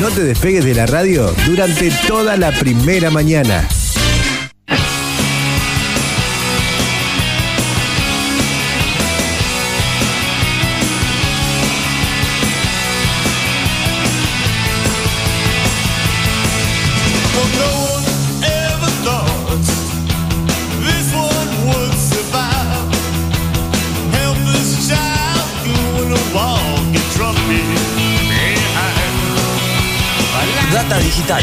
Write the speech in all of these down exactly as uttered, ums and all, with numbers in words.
No te despegues de la radio durante toda la primera mañana. Data digital.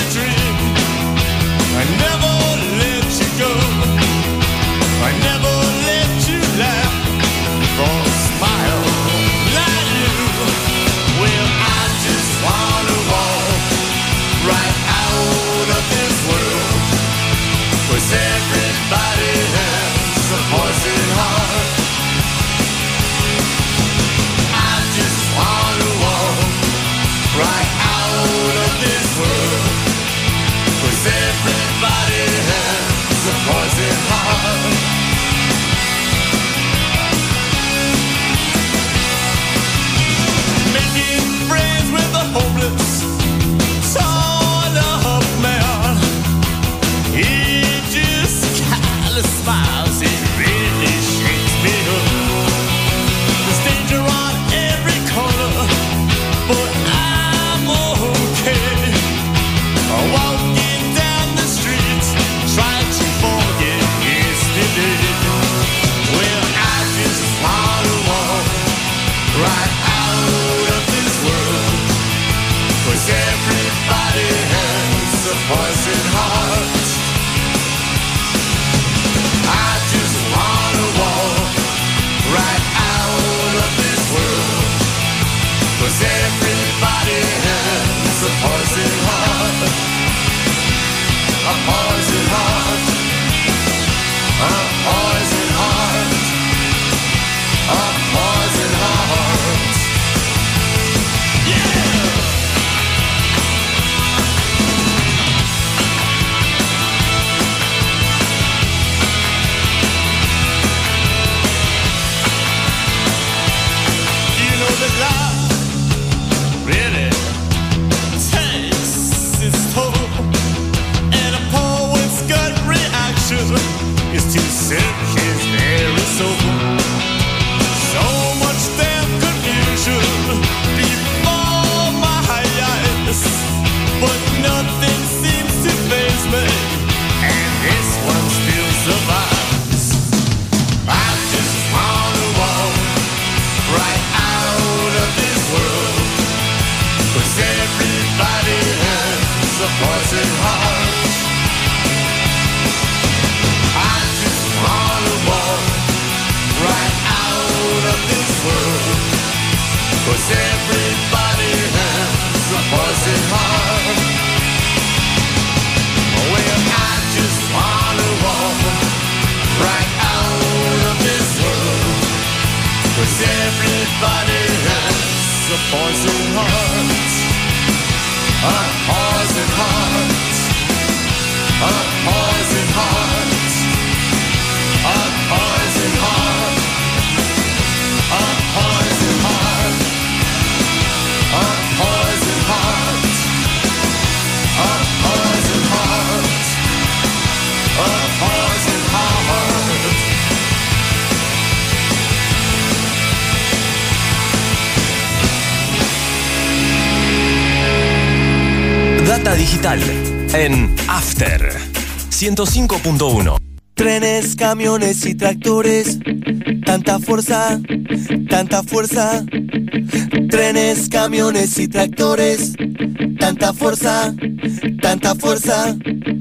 Data digital en After ciento cinco punto uno. Trenes, camiones y tractores, tanta fuerza, tanta fuerza. Trenes, camiones y tractores, tanta fuerza, tanta fuerza.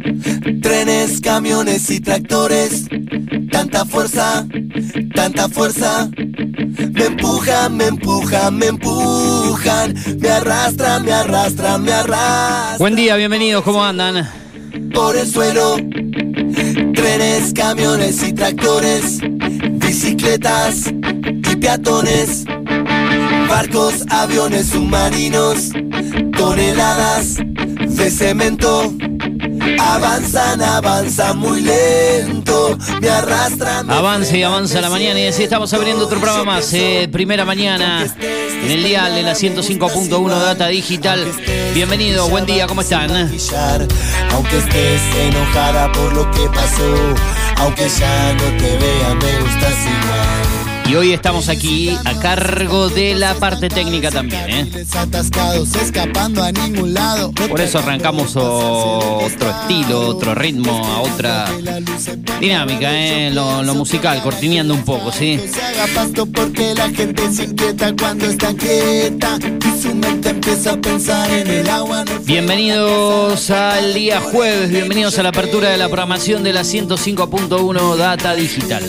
Trenes, camiones y tractores, tanta fuerza, tanta fuerza. Me empujan, me empujan, me empujan, me arrastran, me arrastran, me arrastran. Buen día, bienvenidos, ¿cómo andan? Por el suelo, trenes, camiones y tractores, bicicletas y peatones, barcos, aviones, submarinos, toneladas de cemento, Avanzan, avanzan muy lento, me arrastran. Avanza y avanza la mañana y así estamos abriendo otro programa más. Eh, primera mañana en el dial de la ciento cinco punto uno Data Digital. Bienvenido, buen día, ¿cómo están? Aunque estés enojada por lo que pasó, aunque ya no te vea, me gustas igual. Y hoy estamos aquí a cargo de la parte técnica también, ¿eh? Escapando a ningún lado. Por eso arrancamos otro estilo, otro ritmo, a otra dinámica, ¿eh? Lo, lo musical, cortineando un poco, ¿sí? Se haga pasto porque la gente se inquieta cuando está quieta y su mente empieza a pensar en el agua. Bienvenidos al día jueves, bienvenidos a la apertura de la programación de la ciento cinco punto uno Data Digital.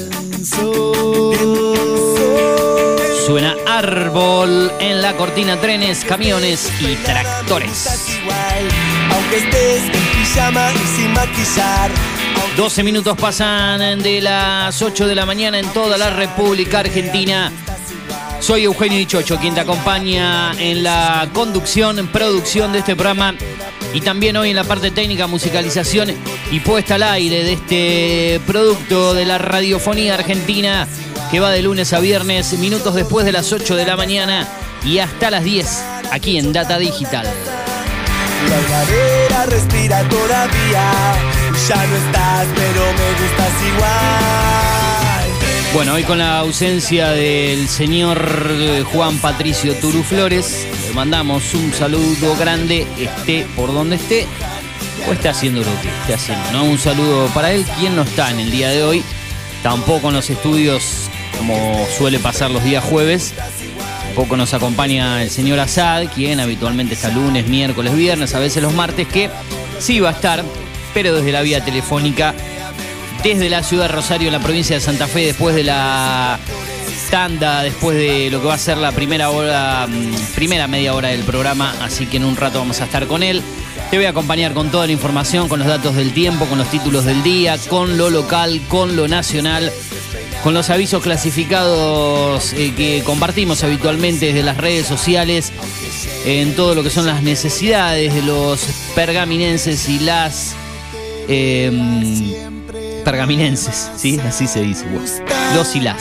Suena árbol en la cortina, trenes, camiones y tractores. Aunque estés en pijama y sin maquillar. doce minutos pasan de las ocho de la mañana en toda la República Argentina. Soy Eugenio Dichocho, quien te acompaña en la conducción, producción de este programa y también hoy en la parte técnica, musicalización y puesta al aire de este producto de la radiofonía argentina que va de lunes a viernes, minutos después de las ocho de la mañana y hasta las diez, aquí en Data Digital. La heladera respira todavía, ya no estás, pero me gustas igual. Bueno, hoy con la ausencia del señor Juan Patricio Turu Flores, le mandamos un saludo grande, esté por donde esté, o esté haciendo lo que esté haciendo, ¿no? Un saludo para él, quien no está en el día de hoy, tampoco en los estudios, como suele pasar los días jueves. Tampoco nos acompaña el señor Asad, quien habitualmente está lunes, miércoles, viernes, a veces los martes, que sí va a estar, pero desde la vía telefónica, desde la ciudad de Rosario, en la provincia de Santa Fe, después de la tanda, después de lo que va a ser la primera hora, primera media hora del programa, así que en un rato vamos a estar con él. Te voy a acompañar con toda la información, con los datos del tiempo, con los títulos del día, con lo local, con lo nacional, con los avisos clasificados eh, que compartimos habitualmente desde las redes sociales, en todo lo que son las necesidades de los pergaminenses y las eh, pergaminenses, ¿sí? Así se dice, bueno, los y las.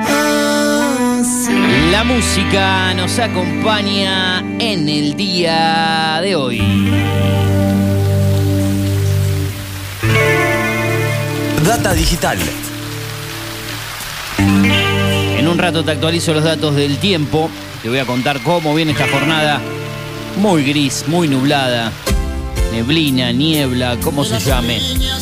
La música nos acompaña en el día de hoy. Data Digital. En un rato te actualizo los datos del tiempo. Te voy a contar cómo viene esta jornada muy gris, muy nublada. Neblina, niebla, como se llame.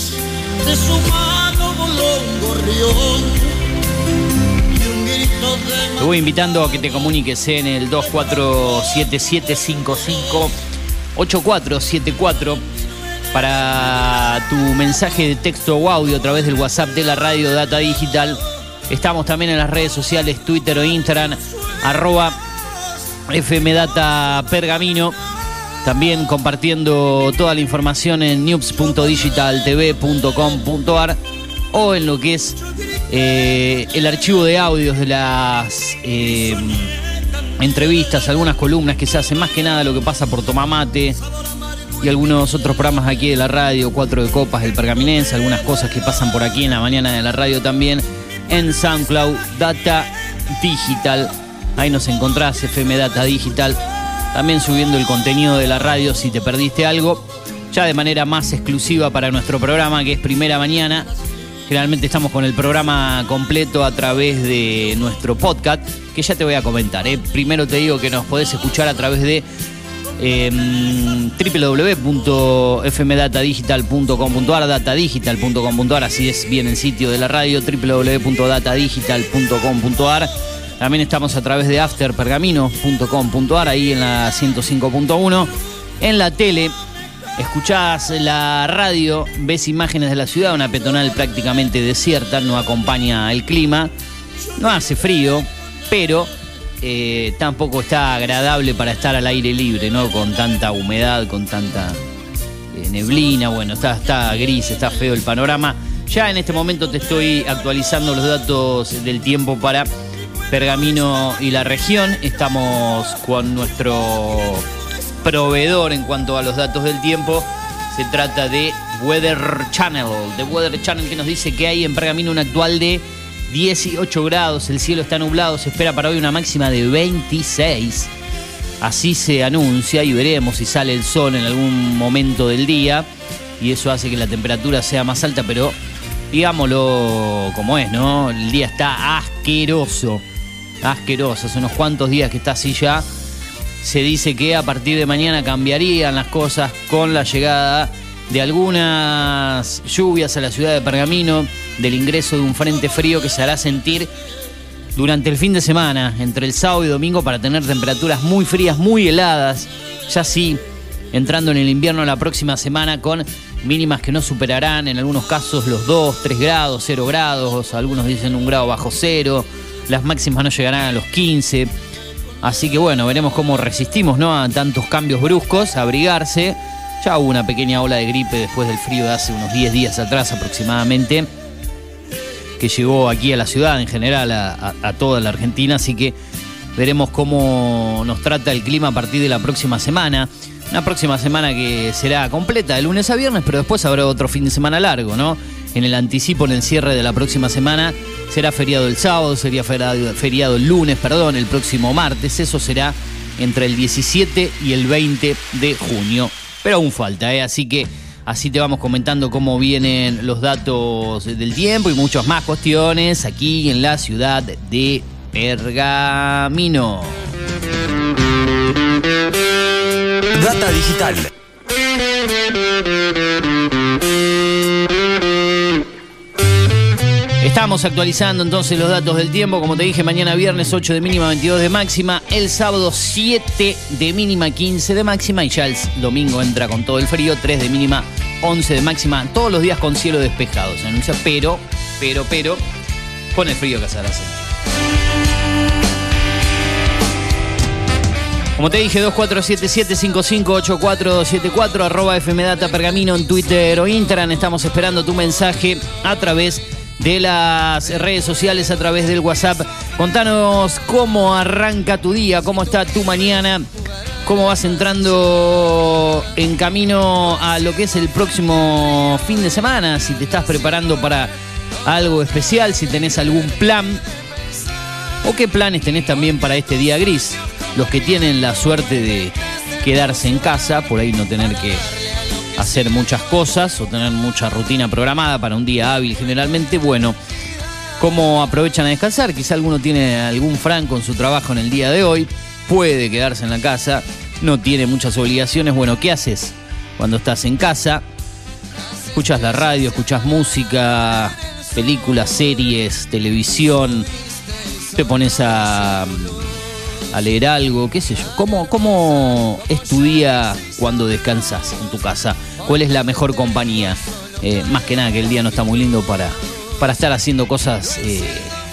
Te voy invitando a que te comuniques en el dos cuatro siete siete cinco cinco ocho cuatro siete cuatro para tu mensaje de texto o audio a través del WhatsApp de la radio Data Digital. Estamos también en las redes sociales, Twitter o Instagram, arroba fmdata pergamino. También compartiendo toda la información en news punto digital t v punto com punto a r o en lo que es eh, el archivo de audios de las eh, entrevistas, algunas columnas que se hacen, más que nada lo que pasa por Tomamate y algunos otros programas aquí de la radio, Cuatro de Copas, el Pergaminense, algunas cosas que pasan por aquí en la mañana de la radio también, en SoundCloud, Data Digital. Ahí nos encontrás, F M Data Digital. También subiendo el contenido de la radio si te perdiste algo, ya de manera más exclusiva para nuestro programa, que es Primera Mañana. Generalmente estamos con el programa completo a través de nuestro podcast, que ya te voy a comentar, ¿eh? Primero te digo que nos podés escuchar a través de eh, doble u doble u doble u punto f m data digital punto com punto a r, datadigital punto com punto a r, así es bien el sitio de la radio, doble u doble u doble u punto data digital punto com punto a r. También estamos a través de after pergamino punto com punto a r, ahí en la ciento cinco punto uno. En la tele, escuchás la radio, ves imágenes de la ciudad, una peatonal prácticamente desierta, no acompaña el clima, no hace frío, pero eh, tampoco está agradable para estar al aire libre, ¿no? Con tanta humedad, con tanta eh, neblina, bueno, está, está gris, está feo el panorama. Ya en este momento te estoy actualizando los datos del tiempo para Pergamino y la región. Estamos con nuestro proveedor en cuanto a los datos del tiempo. Se trata de Weather Channel. The Weather Channel, que nos dice que hay en Pergamino un actual de dieciocho grados. El cielo está nublado. Se espera para hoy una máxima de veintiséis. Así se anuncia y veremos si sale el sol en algún momento del día. Y eso hace que la temperatura sea más alta, pero digámoslo como es, ¿no? El día está asqueroso. Asqueroso. Hace unos cuantos días que está así ya. Se dice que a partir de mañana cambiarían las cosas con la llegada de algunas lluvias a la ciudad de Pergamino, del ingreso de un frente frío que se hará sentir durante el fin de semana, entre el sábado y domingo, para tener temperaturas muy frías, muy heladas. Ya sí, entrando en el invierno la próxima semana con mínimas que no superarán en algunos casos los dos, tres grados, cero grados, algunos dicen un grado bajo cero, las máximas no llegarán a los quince. Así que bueno, veremos cómo resistimos, ¿no?, a tantos cambios bruscos, a abrigarse. Ya hubo una pequeña ola de gripe después del frío de hace unos diez días atrás aproximadamente, que llegó aquí a la ciudad, en general a, a, a toda la Argentina, así que veremos cómo nos trata el clima a partir de la próxima semana. Una próxima semana que será completa de lunes a viernes, pero después habrá otro fin de semana largo, ¿no? En el anticipo, en el cierre de la próxima semana, será feriado el sábado, sería feriado, feriado el lunes, perdón, el próximo martes. Eso será entre el diecisiete y el veinte de junio. Pero aún falta, ¿eh? Así que así te vamos comentando cómo vienen los datos del tiempo y muchas más cuestiones aquí en la ciudad de Pergamino. Data digital. Estamos actualizando entonces los datos del tiempo. Como te dije, mañana viernes ocho de mínima, veintidós de máxima. El sábado siete de mínima, quince de máxima. Y ya el domingo entra con todo el frío, tres de mínima, once de máxima. Todos los días con cielo despejado se anuncia, pero, pero, pero, con el frío que se hará sentir. Como te dije, dos cuatro siete siete, cinco cinco ocho cuatro siete cuatro, arroba fmdata pergamino en Twitter o Instagram. Estamos esperando tu mensaje a través de las redes sociales, a través del WhatsApp. Contanos cómo arranca tu día, cómo está tu mañana, cómo vas entrando en camino a lo que es el próximo fin de semana, si te estás preparando para algo especial, si tenés algún plan o qué planes tenés también para este día gris. Los que tienen la suerte de quedarse en casa, por ahí no tener que hacer muchas cosas o tener mucha rutina programada para un día hábil generalmente, bueno, ¿cómo aprovechan a descansar? Quizá alguno tiene algún franco en su trabajo en el día de hoy, puede quedarse en la casa, no tiene muchas obligaciones. Bueno, ¿qué haces cuando estás en casa? Escuchas la radio, escuchas música, películas, series, televisión, te pones a... a leer algo, qué sé yo. ¿Cómo, cómo es tu día cuando descansas en tu casa? ¿Cuál es la mejor compañía? Eh, más que nada que el día no está muy lindo para, para estar haciendo cosas eh,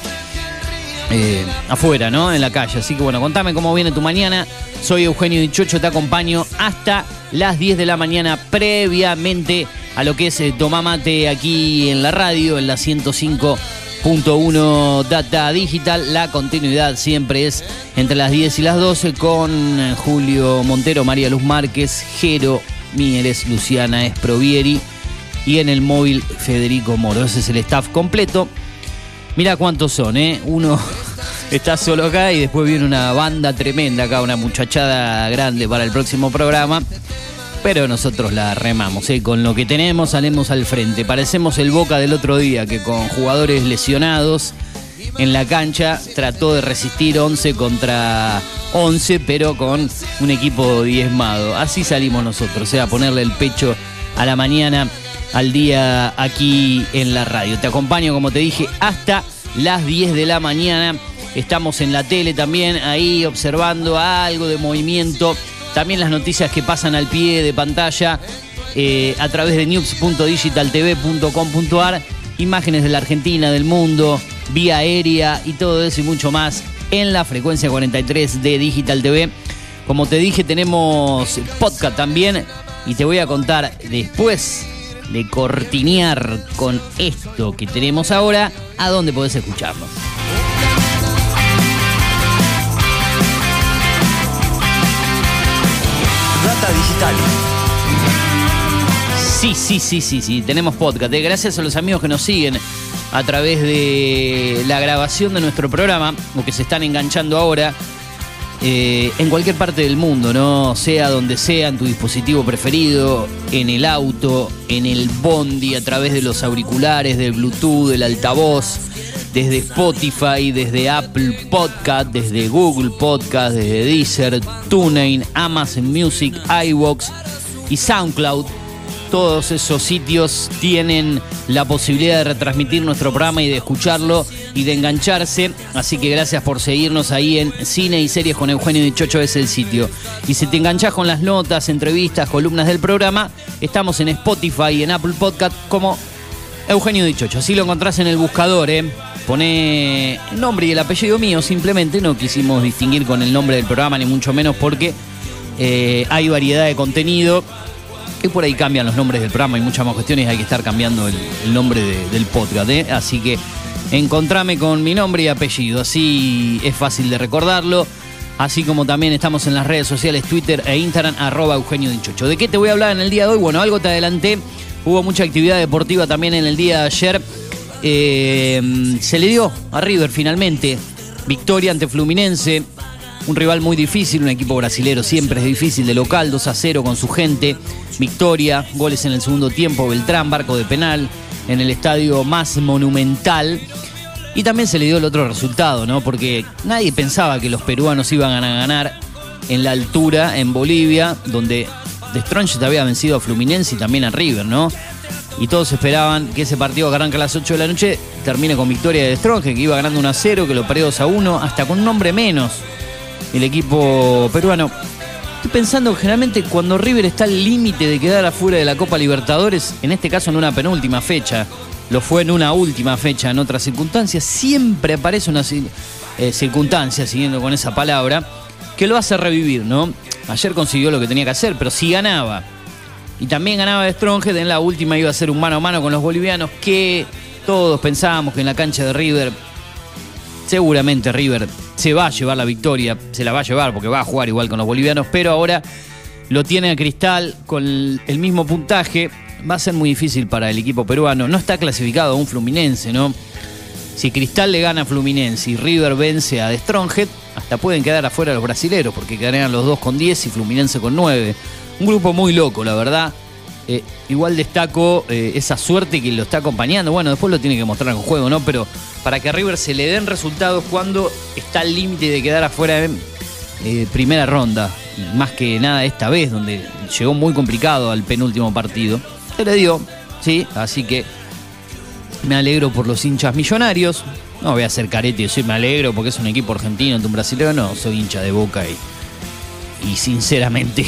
eh, afuera, ¿no? En la calle. Así que bueno, contame cómo viene tu mañana. Soy Eugenio Dichocho, te acompaño hasta las diez de la mañana, previamente a lo que es eh, Tomá Mate aquí en la radio, en la ciento cinco punto uno Data Digital. La continuidad siempre es entre las diez y las doce con Julio Montero, María Luz Márquez, Jero Mieres, Luciana Esprovieri y en el móvil Federico Moro. Ese es el staff completo. Mirá cuántos son, ¿eh? Uno está solo acá y después viene una banda tremenda acá, una muchachada grande para el próximo programa. Pero nosotros la remamos, ¿eh? Con lo que tenemos salimos al frente. Parecemos el Boca del otro día, que con jugadores lesionados en la cancha trató de resistir once contra once, pero con un equipo diezmado. Así salimos nosotros, o sea, ponerle el pecho a la mañana, al día aquí en la radio. Te acompaño, como te dije, hasta las diez de la mañana. Estamos en la tele también, ahí observando algo de movimiento. También las noticias que pasan al pie de pantalla eh, a través de news punto digital t v punto com punto a r. Imágenes de la Argentina, del mundo, vía aérea y todo eso y mucho más en la frecuencia cuarenta y tres de Digital T V. Como te dije, tenemos podcast también y te voy a contar después de cortinear con esto que tenemos ahora, a dónde podés escucharnos. Data digital. Sí, sí, sí, sí, sí, tenemos podcast. ¿eh? Gracias a los amigos que nos siguen a través de la grabación de nuestro programa, o que se están enganchando ahora, eh, en cualquier parte del mundo, ¿no? Sea donde sea, en tu dispositivo preferido, en el auto, en el bondi, a través de los auriculares, del Bluetooth, del altavoz, desde Spotify, desde Apple Podcast, desde Google Podcast, desde Deezer, TuneIn, Amazon Music, iVoox y SoundCloud. Todos esos sitios tienen la posibilidad de retransmitir nuestro programa y de escucharlo y de engancharse. Así que gracias por seguirnos ahí en Cine y Series con Eugenio Dichocho, es el sitio. Y si te enganchás con las notas, entrevistas, columnas del programa, estamos en Spotify y en Apple Podcast como Eugenio Dichocho. Así lo encontrás en el buscador, ¿eh? Poné el nombre y el apellido mío, simplemente. No quisimos distinguir con el nombre del programa, ni mucho menos, porque eh, hay variedad de contenido. Y por ahí cambian los nombres del programa, hay muchas más cuestiones, hay que estar cambiando el, el nombre de, del podcast, ¿eh? Así que encontrame con mi nombre y apellido, así es fácil de recordarlo. Así como también estamos en las redes sociales, Twitter e Instagram, arroba Eugenio Dichocho. ¿De qué te voy a hablar en el día de hoy? Bueno, algo te adelanté, hubo mucha actividad deportiva también en el día de ayer. Eh, se le dio a River finalmente victoria ante Fluminense. Un rival muy difícil, un equipo brasilero siempre es difícil, de local, dos a cero con su gente. Victoria, goles en el segundo tiempo, Beltrán, Barco de penal, en el estadio más monumental. Y también se le dio el otro resultado, ¿no? Porque nadie pensaba que los peruanos iban a ganar en la altura, en Bolivia, donde De Strongest había vencido a Fluminense y también a River, ¿no? Y todos esperaban que ese partido que arranca a las ocho de la noche termine con victoria de De Strongest, que iba ganando uno a cero, que lo perdió dos a uno, hasta con un hombre menos. El equipo peruano. Estoy pensando que generalmente cuando River está al límite de quedar afuera de la Copa Libertadores, en este caso en una penúltima fecha, lo fue en una última fecha, en otras circunstancias, siempre aparece una eh, circunstancia, siguiendo con esa palabra, que lo hace revivir, ¿no? Ayer consiguió lo que tenía que hacer, pero si ganaba, y también ganaba de Strongest, en la última iba a ser un mano a mano con los bolivianos, que todos pensábamos que en la cancha de River, seguramente River se va a llevar la victoria, se la va a llevar porque va a jugar igual con los bolivianos, pero ahora lo tiene a Cristal con el mismo puntaje. Va a ser muy difícil para el equipo peruano. No está clasificado un Fluminense, ¿no? Si Cristal le gana a Fluminense y River vence a De Strongest, hasta pueden quedar afuera los brasileros, porque quedarían los dos con diez y Fluminense con nueve. Un grupo muy loco, la verdad. Eh, igual destaco eh, esa suerte que lo está acompañando. Bueno, después lo tiene que mostrar en juego, ¿no? Pero para que a River se le den resultados cuando está al límite de quedar afuera en eh, primera ronda. Y más que nada esta vez, donde llegó muy complicado al penúltimo partido. Se le dio, sí, así que me alegro por los hinchas millonarios. No voy a hacer carete y decir me alegro porque es un equipo argentino, ante un brasileño. No, soy hincha de Boca y, y sinceramente...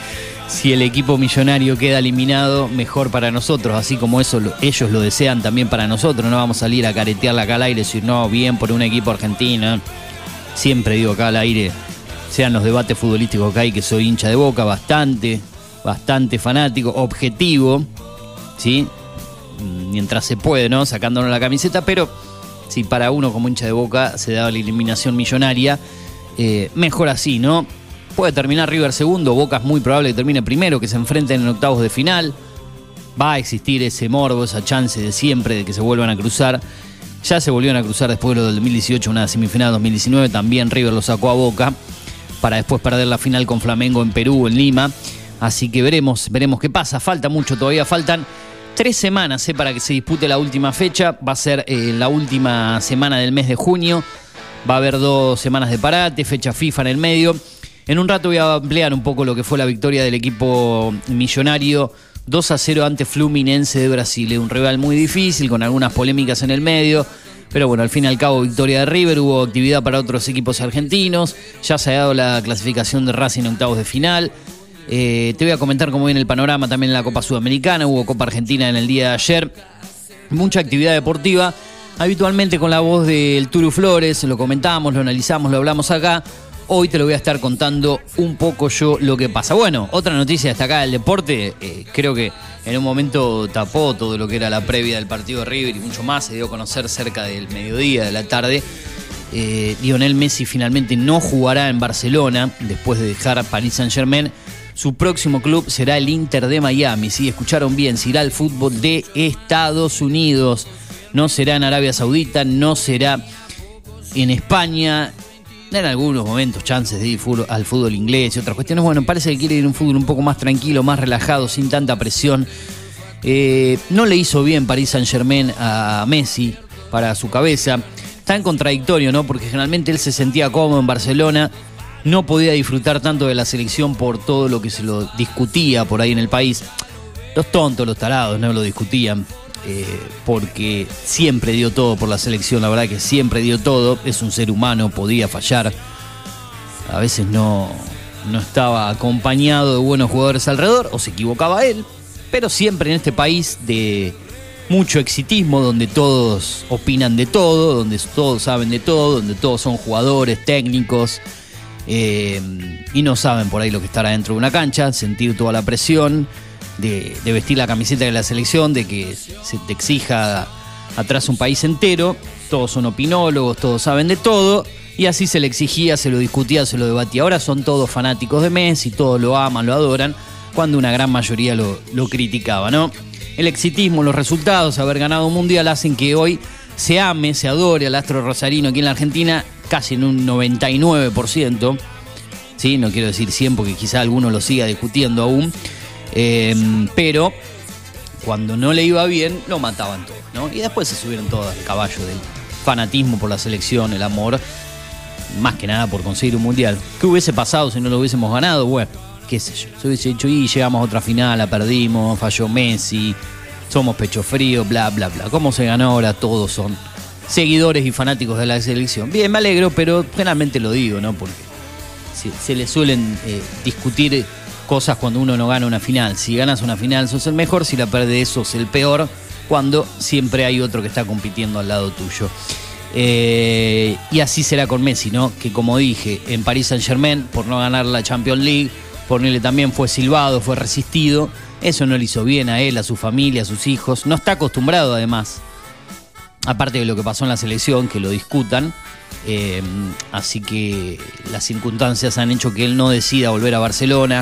Si el equipo millonario queda eliminado, mejor para nosotros, así como eso lo, ellos lo desean también para nosotros. No vamos a salir a caretearla acá al aire y decir, no, bien por un equipo argentino. Siempre digo acá al aire, sean los debates futbolísticos que hay, que soy hincha de Boca, bastante, bastante fanático, objetivo, ¿sí? Mientras se puede, ¿no? Sacándonos la camiseta, pero si para uno como hincha de Boca se da la eliminación millonaria, eh, mejor así, ¿no? Puede terminar River segundo, Boca es muy probable que termine primero, que se enfrenten en octavos de final. Va a existir ese morbo, esa chance de siempre de que se vuelvan a cruzar. Ya se volvieron a cruzar después de lo del dos mil dieciocho, una semifinal dos mil diecinueve. También River lo sacó a Boca para después perder la final con Flamengo en Perú, en Lima. Así que veremos, veremos qué pasa. Falta mucho, todavía faltan tres semanas eh, para que se dispute la última fecha. Va a ser eh, la última semana del mes de junio. Va a haber dos semanas de parate, fecha FIFA en el medio. En un rato voy a ampliar un poco lo que fue la victoria del equipo millonario dos a cero ante Fluminense de Brasil. Un rival muy difícil, con algunas polémicas en el medio. Pero bueno, al fin y al cabo, victoria de River. Hubo actividad para otros equipos argentinos. Ya se ha dado la clasificación de Racing en octavos de final. Eh, te voy a comentar cómo viene el panorama también en la Copa Sudamericana. Hubo Copa Argentina en el día de ayer. Mucha actividad deportiva. Habitualmente con la voz del Turu Flores. Lo comentamos, lo analizamos, lo hablamos acá. Hoy te lo voy a estar contando un poco yo lo que pasa. Bueno, otra noticia destacada del deporte, eh, creo que en un momento tapó todo lo que era la previa del partido de River y mucho más, se dio a conocer cerca del mediodía, de la tarde. Eh, Lionel Messi finalmente no jugará en Barcelona después de dejar Paris Saint-Germain. su próximo club será el Inter de Miami. Sí, escucharon bien, se irá al fútbol de Estados Unidos. No será en Arabia Saudita, no será en España. En algunos momentos chances de ir al fútbol inglés y otras cuestiones. Bueno, parece que quiere ir a un fútbol un poco más tranquilo, más relajado, sin tanta presión. Eh, no le hizo bien Paris Saint-Germain a Messi para su cabeza. Tan contradictorio, ¿no? Porque generalmente él se sentía cómodo en Barcelona, no podía disfrutar tanto de la selección por todo lo que se lo discutía por ahí en el país. Los tontos, los tarados, no lo discutían. Eh, porque siempre dio todo por la selección, la verdad que siempre dio todo. Es un ser humano, podía fallar. A veces no, no estaba acompañado de buenos jugadores alrededor, o se equivocaba él. Pero siempre en este país de mucho exitismo, donde todos opinan de todo, donde todos saben de todo, donde todos son jugadores, técnicos, eh, y no saben por ahí lo que estará dentro de una cancha, sentir toda la presión De, de vestir la camiseta de la selección, de que se te exija atrás un país entero. Todos son opinólogos, todos saben de todo, y así se le exigía, se lo discutía, se lo debatía. Ahora son todos fanáticos de Messi, todos lo aman, lo adoran, cuando una gran mayoría lo, lo criticaba, ¿no? El exitismo, los resultados, haber ganado un mundial hacen que hoy se ame, se adore al astro rosarino aquí en la Argentina, casi en un noventa y nueve por ciento. ¿Sí? No quiero decir cien porque quizá alguno lo siga discutiendo aún. Eh, pero cuando no le iba bien lo mataban todos, ¿no? Y después se subieron todos al caballo del fanatismo por la selección, el amor, más que nada por conseguir un mundial. ¿Qué hubiese pasado si no lo hubiésemos ganado? Bueno, qué sé yo, se hubiese dicho, y llegamos a otra final, la perdimos, falló Messi, somos pecho frío, bla bla bla. ¿Cómo se ganó ahora? Todos son seguidores y fanáticos de la selección. Bien, me alegro, pero generalmente lo digo, ¿no? Porque se, se le suelen eh, discutir cosas cuando uno no gana una final. Si ganas una final sos el mejor, si la perdés sos el peor, cuando siempre hay otro que está compitiendo al lado tuyo. Eh, y así será con Messi, ¿no? Que como dije, en Paris Saint-Germain, por no ganar la Champions League, por él también fue silbado, fue resistido. Eso no le hizo bien a él, a su familia, a sus hijos. No está acostumbrado además, aparte de lo que pasó en la selección, que lo discutan. Eh, así que las circunstancias han hecho que él no decida volver a Barcelona,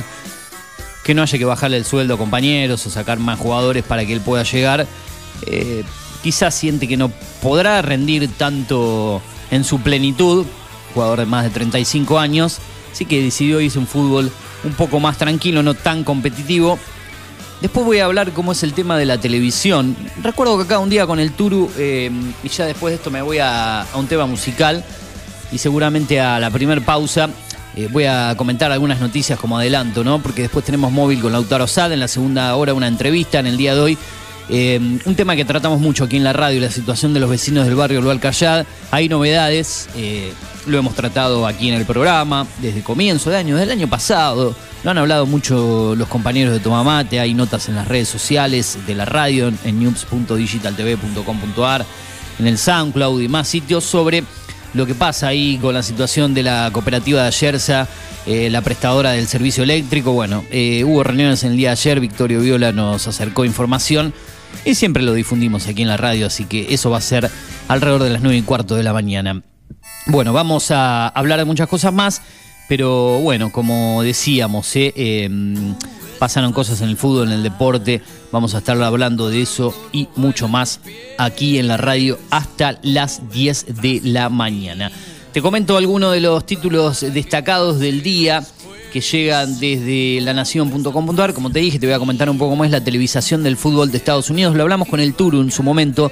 que no haya que bajarle el sueldo a compañeros o sacar más jugadores para que él pueda llegar. Eh, quizás siente que no podrá rendir tanto en su plenitud, jugador de más de treinta y cinco años, así que decidió irse a un fútbol un poco más tranquilo, no tan competitivo. Después voy a hablar cómo es el tema de la televisión. Recuerdo que acá un día con el Turu, eh, y ya después de esto me voy a, a un tema musical, y seguramente a la primer pausa eh, voy a comentar algunas noticias como adelanto, ¿no? Porque después tenemos móvil con Lautaro Sad, en la segunda hora una entrevista en el día de hoy. Eh, un tema que tratamos mucho aquí en la radio, la situación de los vecinos del barrio Lual Callad. Hay novedades, eh, lo hemos tratado aquí en el programa desde comienzo de año, desde el año pasado. Lo han hablado mucho los compañeros de Tomamate, hay notas en las redes sociales de la radio, en news punto digital t v punto com punto a r, en el SoundCloud y más sitios sobre lo que pasa ahí con la situación de la cooperativa de Ayerza, eh, la prestadora del servicio eléctrico. Bueno, eh, hubo reuniones en el día de ayer, Victorio Viola nos acercó información y siempre lo difundimos aquí en la radio, así que eso va a ser alrededor de las nueve y cuarto de la mañana. Bueno, vamos a hablar de muchas cosas más, pero bueno, como decíamos, eh, eh, pasaron cosas en el fútbol, en el deporte. Vamos a estar hablando de eso y mucho más aquí en la radio hasta las diez de la mañana. Te comento algunos de los títulos destacados del día que llegan desde la nación punto com punto a r. Como te dije, te voy a comentar un poco más la televisación del fútbol de Estados Unidos. Lo hablamos con el Turu en su momento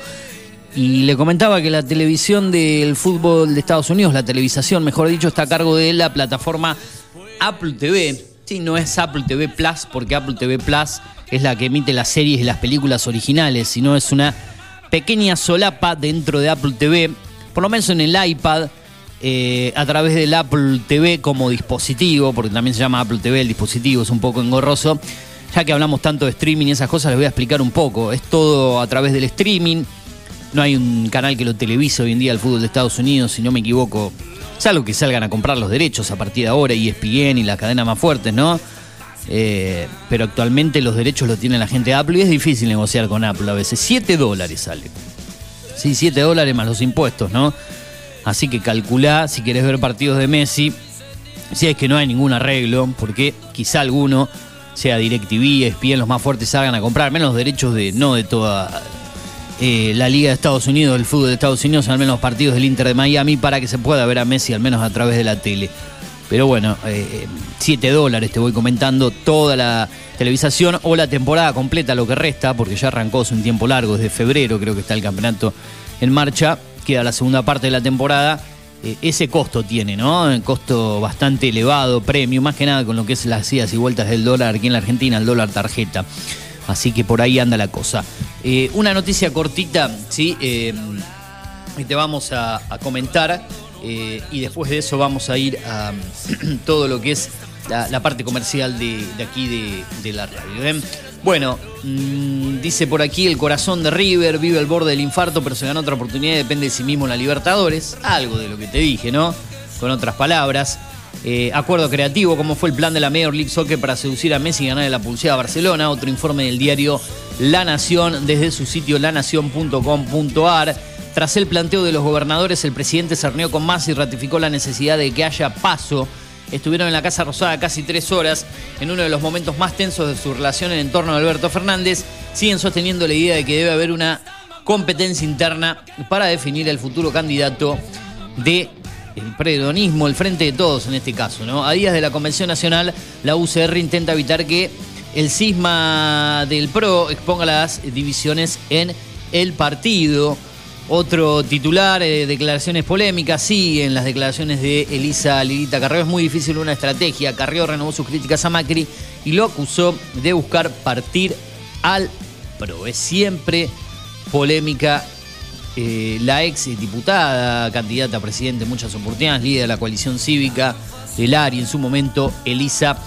y le comentaba que la televisión del fútbol de Estados Unidos, la televisación, mejor dicho, está a cargo de la plataforma Apple T V. Sí, no es Apple T V Plus, porque Apple T V Plus es la que emite las series y las películas originales, sino es una pequeña solapa dentro de Apple T V, por lo menos en el iPad, eh, a través del Apple T V como dispositivo, porque también se llama Apple T V el dispositivo, es un poco engorroso. Ya que hablamos tanto de streaming y esas cosas, les voy a explicar un poco. Es todo a través del streaming. No hay un canal que lo televise hoy en día al fútbol de Estados Unidos, si no me equivoco, salvo que salgan a comprar los derechos a partir de ahora, E S P N y las cadenas más fuertes, ¿no? Eh, pero actualmente los derechos los tiene la gente de Apple y es difícil negociar con Apple a veces. siete dólares sale. Sí, siete dólares más los impuestos, ¿no? Así que calculá, si querés ver partidos de Messi, si es que no hay ningún arreglo, porque quizá alguno, sea DirecTV, E S P N, los más fuertes, salgan a comprar, menos los derechos de no de toda eh, la Liga de Estados Unidos, el fútbol de Estados Unidos, al menos los partidos del Inter de Miami, para que se pueda ver a Messi al menos a través de la tele. Pero bueno, eh, siete dólares te voy comentando toda la televisación o la temporada completa, lo que resta, porque ya arrancó hace un tiempo largo, desde febrero creo que está el campeonato en marcha, queda la segunda parte de la temporada. Eh, ese costo tiene, ¿no? Un costo bastante elevado, premium, más que nada con lo que es las idas y vueltas del dólar aquí en la Argentina, el dólar tarjeta. Así que por ahí anda la cosa. Eh, una noticia cortita, ¿sí? Eh, te vamos a, a comentar. Eh, y después de eso vamos a ir a todo lo que es la, la parte comercial de, de aquí de, de la radio. ¿eh? Bueno, mmm, dice por aquí: el corazón de River vive al borde del infarto, pero se ganó otra oportunidad y depende de sí mismo en la Libertadores. Algo de lo que te dije, ¿no? Con otras palabras. Eh, acuerdo creativo, ¿cómo fue el plan de la Major League Soccer para seducir a Messi y ganarle la pulseada a Barcelona? Otro informe del diario La Nación desde su sitio la nación punto com punto a r. Tras el planteo de los gobernadores, el presidente se reunió con Massa y ratificó la necesidad de que haya paso. Estuvieron en la Casa Rosada casi tres horas, en uno de los momentos más tensos de su relación en torno a Alberto Fernández. Siguen sosteniendo la idea de que debe haber una competencia interna para definir el futuro candidato del peronismo, el Frente de Todos en este caso, ¿no? A días de la Convención Nacional, la U C R intenta evitar que el cisma del P R O exponga las divisiones en el partido. Otro titular, eh, declaraciones polémicas, sí, en las declaraciones de Elisa Lilita Carrió. Es muy difícil una estrategia. Carrió renovó sus críticas a Macri y lo acusó de buscar partir al P R O. Es siempre polémica eh, la ex diputada, candidata a presidente en muchas oportunidades, líder de la coalición cívica del A R I en su momento, Elisa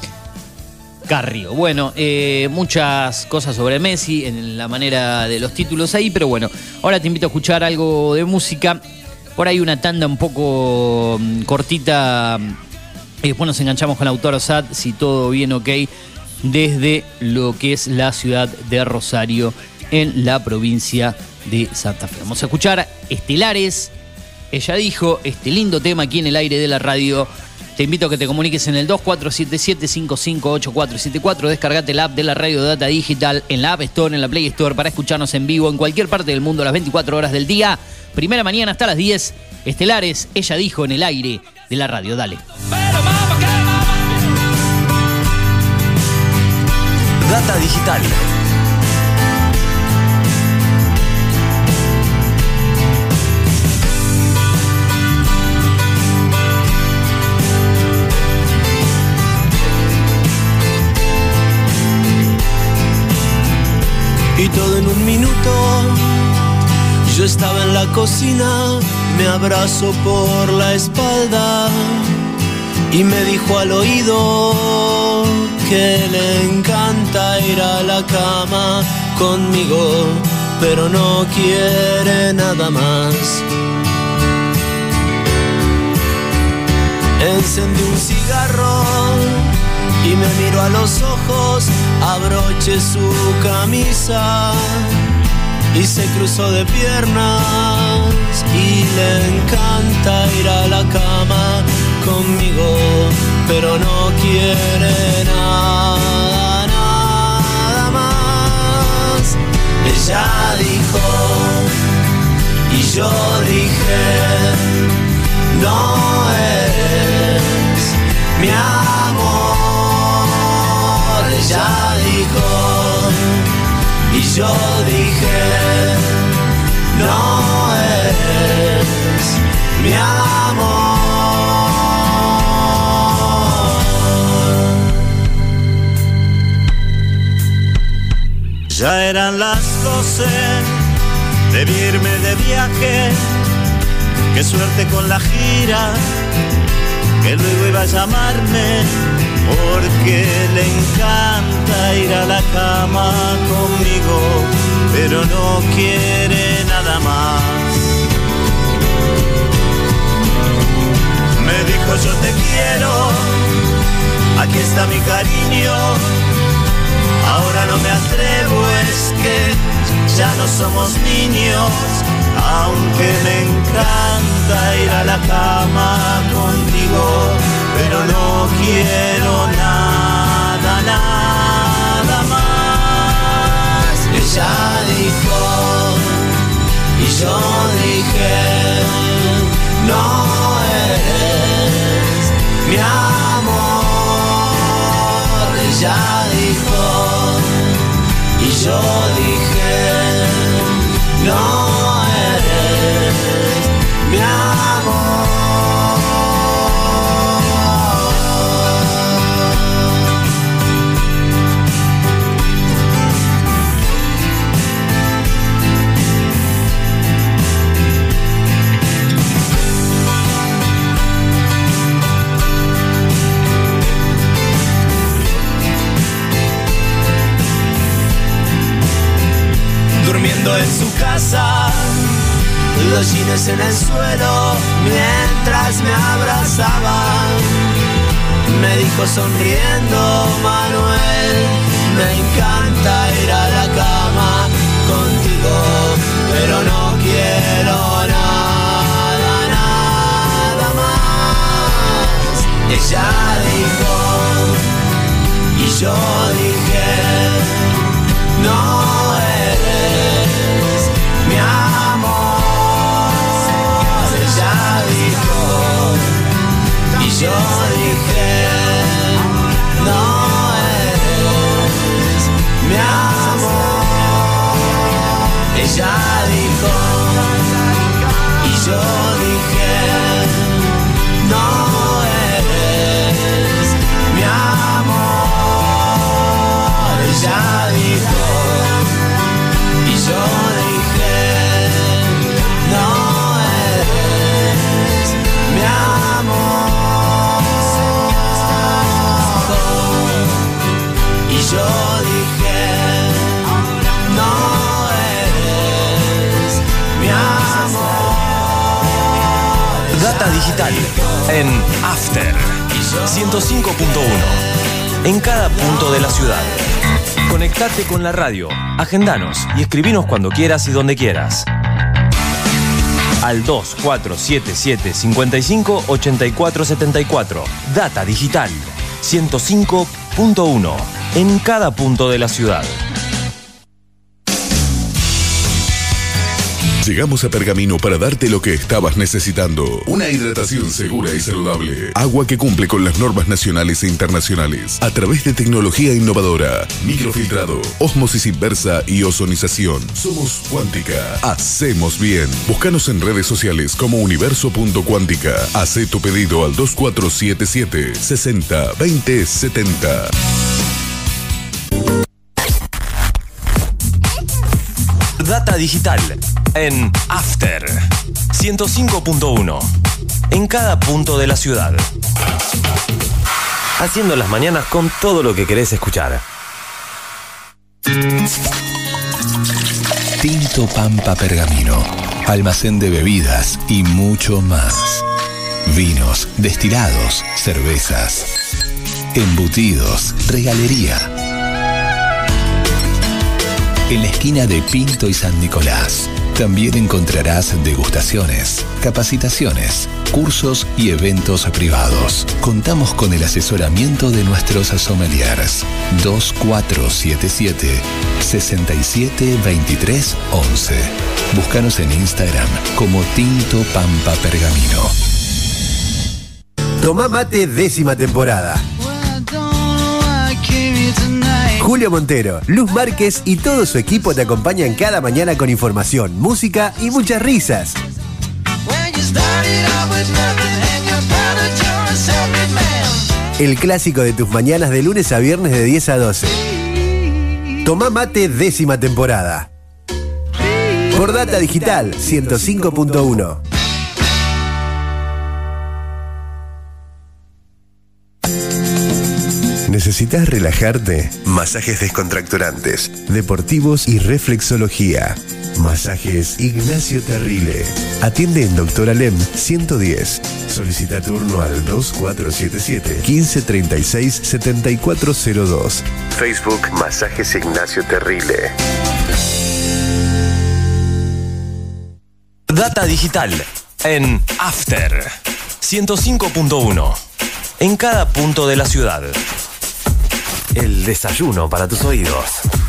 Carrió. Bueno, eh, muchas cosas sobre Messi en la manera de los títulos ahí, pero bueno, ahora te invito a escuchar algo de música. Por ahí una tanda un poco um, cortita y después nos enganchamos con Lautaro Sad, si todo bien ok, desde lo que es la ciudad de Rosario en la provincia de Santa Fe. Vamos a escuchar Estelares. Ella dijo, este lindo tema aquí en el aire de la radio. Te invito a que te comuniques en el dos cuatro siete siete, cinco cinco ocho cuatro siete cuatro. Descargate la app de la Radio Data Digital en la App Store, en la Play Store, para escucharnos en vivo en cualquier parte del mundo a las veinticuatro horas del día. Primera mañana hasta las diez. Estelares, ella dijo en el aire de la radio. Dale. Data Digital. Y todo en un minuto, yo estaba en la cocina, me abrazó por la espalda y me dijo al oído que le encanta ir a la cama conmigo, pero no quiere nada más. Encendí un cigarro y me miró a los ojos, abroché su camisa y se cruzó de piernas y le encanta ir a la cama conmigo, pero no quiere nada, nada más. Ella dijo y yo dije, no eres mi amor. Ella dijo y yo dije, no eres mi amor. Ya eran las doce, debí irme de viaje, qué suerte con la gira, que luego iba a llamarme, porque le encanta ir a la cama conmigo, pero no quiere nada más. Me dijo yo te quiero, aquí está mi cariño, ahora no me atrevo, es que ya no somos niños, aunque me encanta ir a la cama contigo, pero no quiero nada, nada más. Ella dijo y yo dije, no eres mi amor. Ella dijo y yo dije, no eres mi amor. Durmiendo en su casa, los jeans en el suelo, mientras me abrazaba, me dijo sonriendo, Manuel, me encanta ir a la cama contigo, pero no quiero nada, nada más. Ella dijo y yo dije, no eres mi amor. Ella dijo y yo dije, no eres mi amor. Ella dijo y yo dije, no eres mi amor. Ella dijo y yo dije, no eres mi amor. Y yo dije, no eres mi amor. Data digital en After ciento cinco punto uno. En cada punto de la ciudad. Conectate con la radio, agendanos y escribinos cuando quieras y donde quieras. Al dos cuatro siete siete, cinco cinco, ocho cuatro siete cuatro. Data digital ciento cinco punto uno. En cada punto de la ciudad. Llegamos a Pergamino para darte lo que estabas necesitando. Una hidratación segura y saludable. Agua que cumple con las normas nacionales e internacionales. A través de tecnología innovadora. Microfiltrado, ósmosis inversa y ozonización. Somos Cuántica. Hacemos bien. Búscanos en redes sociales como universo punto cuántica. Hacé tu pedido al dos cuatro siete siete, sesenta, veinte, setenta. Data digital en After ciento cinco punto uno. En cada punto de la ciudad. Haciendo las mañanas con todo lo que querés escuchar. Tinto Pampa Pergamino. Almacén de bebidas y mucho más. Vinos, destilados, cervezas, embutidos, regalería. En la esquina de Pinto y San Nicolás. También encontrarás degustaciones, capacitaciones, cursos y eventos privados. Contamos con el asesoramiento de nuestros sommeliers. dos cuatro siete siete, seis siete dos tres once. Búscanos en Instagram como Tinto Pampa Pergamino. Tomá mate décima temporada. Julio Montero, Luz Márquez y todo su equipo te acompañan cada mañana con información, música y muchas risas. El clásico de tus mañanas de lunes a viernes de diez a doce. Tomá mate décima temporada. Por Data Digital ciento cinco punto uno. ¿Necesitas relajarte? Masajes descontracturantes, deportivos y reflexología. Masajes Ignacio Terrile. Atiende en Doctor Alem ciento diez. Solicita turno al dos cuatro siete siete, quince treinta y seis, setenta y cuatro cero dos. Facebook Masajes Ignacio Terrile. Data digital en After ciento cinco punto uno. en cada punto de la ciudad. El desayuno para tus oídos.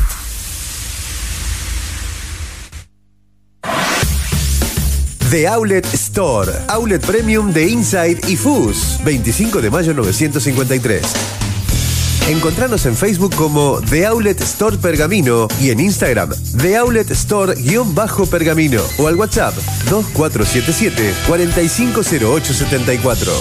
The Outlet Store, Outlet Premium de Inside y Fus, veinticinco de mayo novecientos cincuenta y tres. Encontranos en Facebook como The Outlet Store Pergamino y en Instagram The Outlet Store-Pergamino o al WhatsApp dos cuatro siete siete, cuatro cinco cero ocho siete cuatro.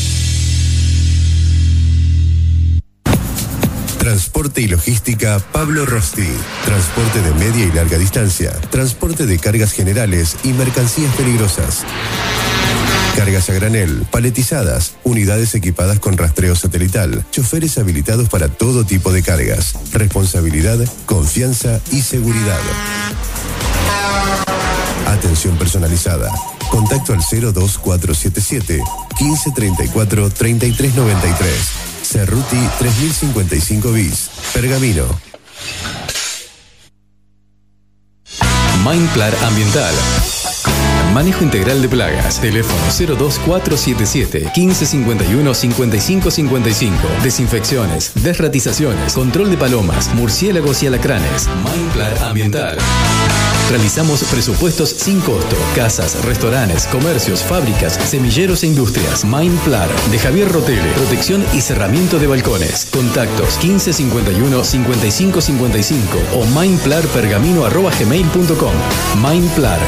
Transporte y logística Pablo Rosti. Transporte de media y larga distancia. Transporte de cargas generales y mercancías peligrosas. Cargas a granel, paletizadas, unidades equipadas con rastreo satelital, choferes habilitados para todo tipo de cargas. Responsabilidad, confianza y seguridad. Atención personalizada. Contacto al cero dos cuatro siete siete, quince treinta y cuatro, treinta y tres noventa y tres. Cerruti tres mil cincuenta y cinco bis. Pergamino. Mindplar Ambiental. Manejo integral de plagas. Teléfono cero dos cuatro siete siete, quince cincuenta y uno, cincuenta y cinco cincuenta y cinco. Desinfecciones, desratizaciones, control de palomas, murciélagos y alacranes. Mindplar Ambiental. Realizamos presupuestos sin costo. Casas, restaurantes, comercios, fábricas, semilleros e industrias. Mindplar de Javier Rotele. Protección y cerramiento de balcones. Contactos quince cincuenta y uno, cincuenta y cinco cincuenta y cinco o mindplarpergamino arroba gmail punto com. Mindplar.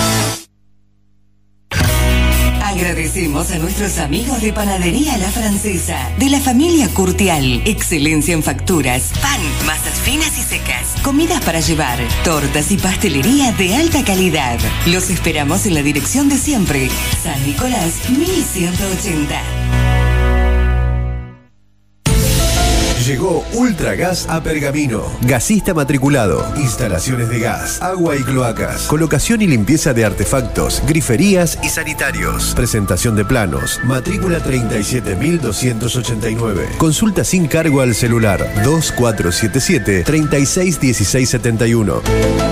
Agradecemos a nuestros amigos de Panadería La Francesa, de la familia Curtial. Excelencia en facturas, pan, masas finas y secas, comidas para llevar, tortas y pastelería de alta calidad. Los esperamos en la dirección de siempre, San Nicolás mil ciento ochenta. Llegó Ultragas a Pergamino. Gasista matriculado. Instalaciones de gas, agua y cloacas. Colocación y limpieza de artefactos, griferías y sanitarios. Presentación de planos. Matrícula treinta y siete mil doscientos ochenta y nueve. Consulta sin cargo al celular dos cuatro siete siete, treinta y seis dieciséis setenta y uno.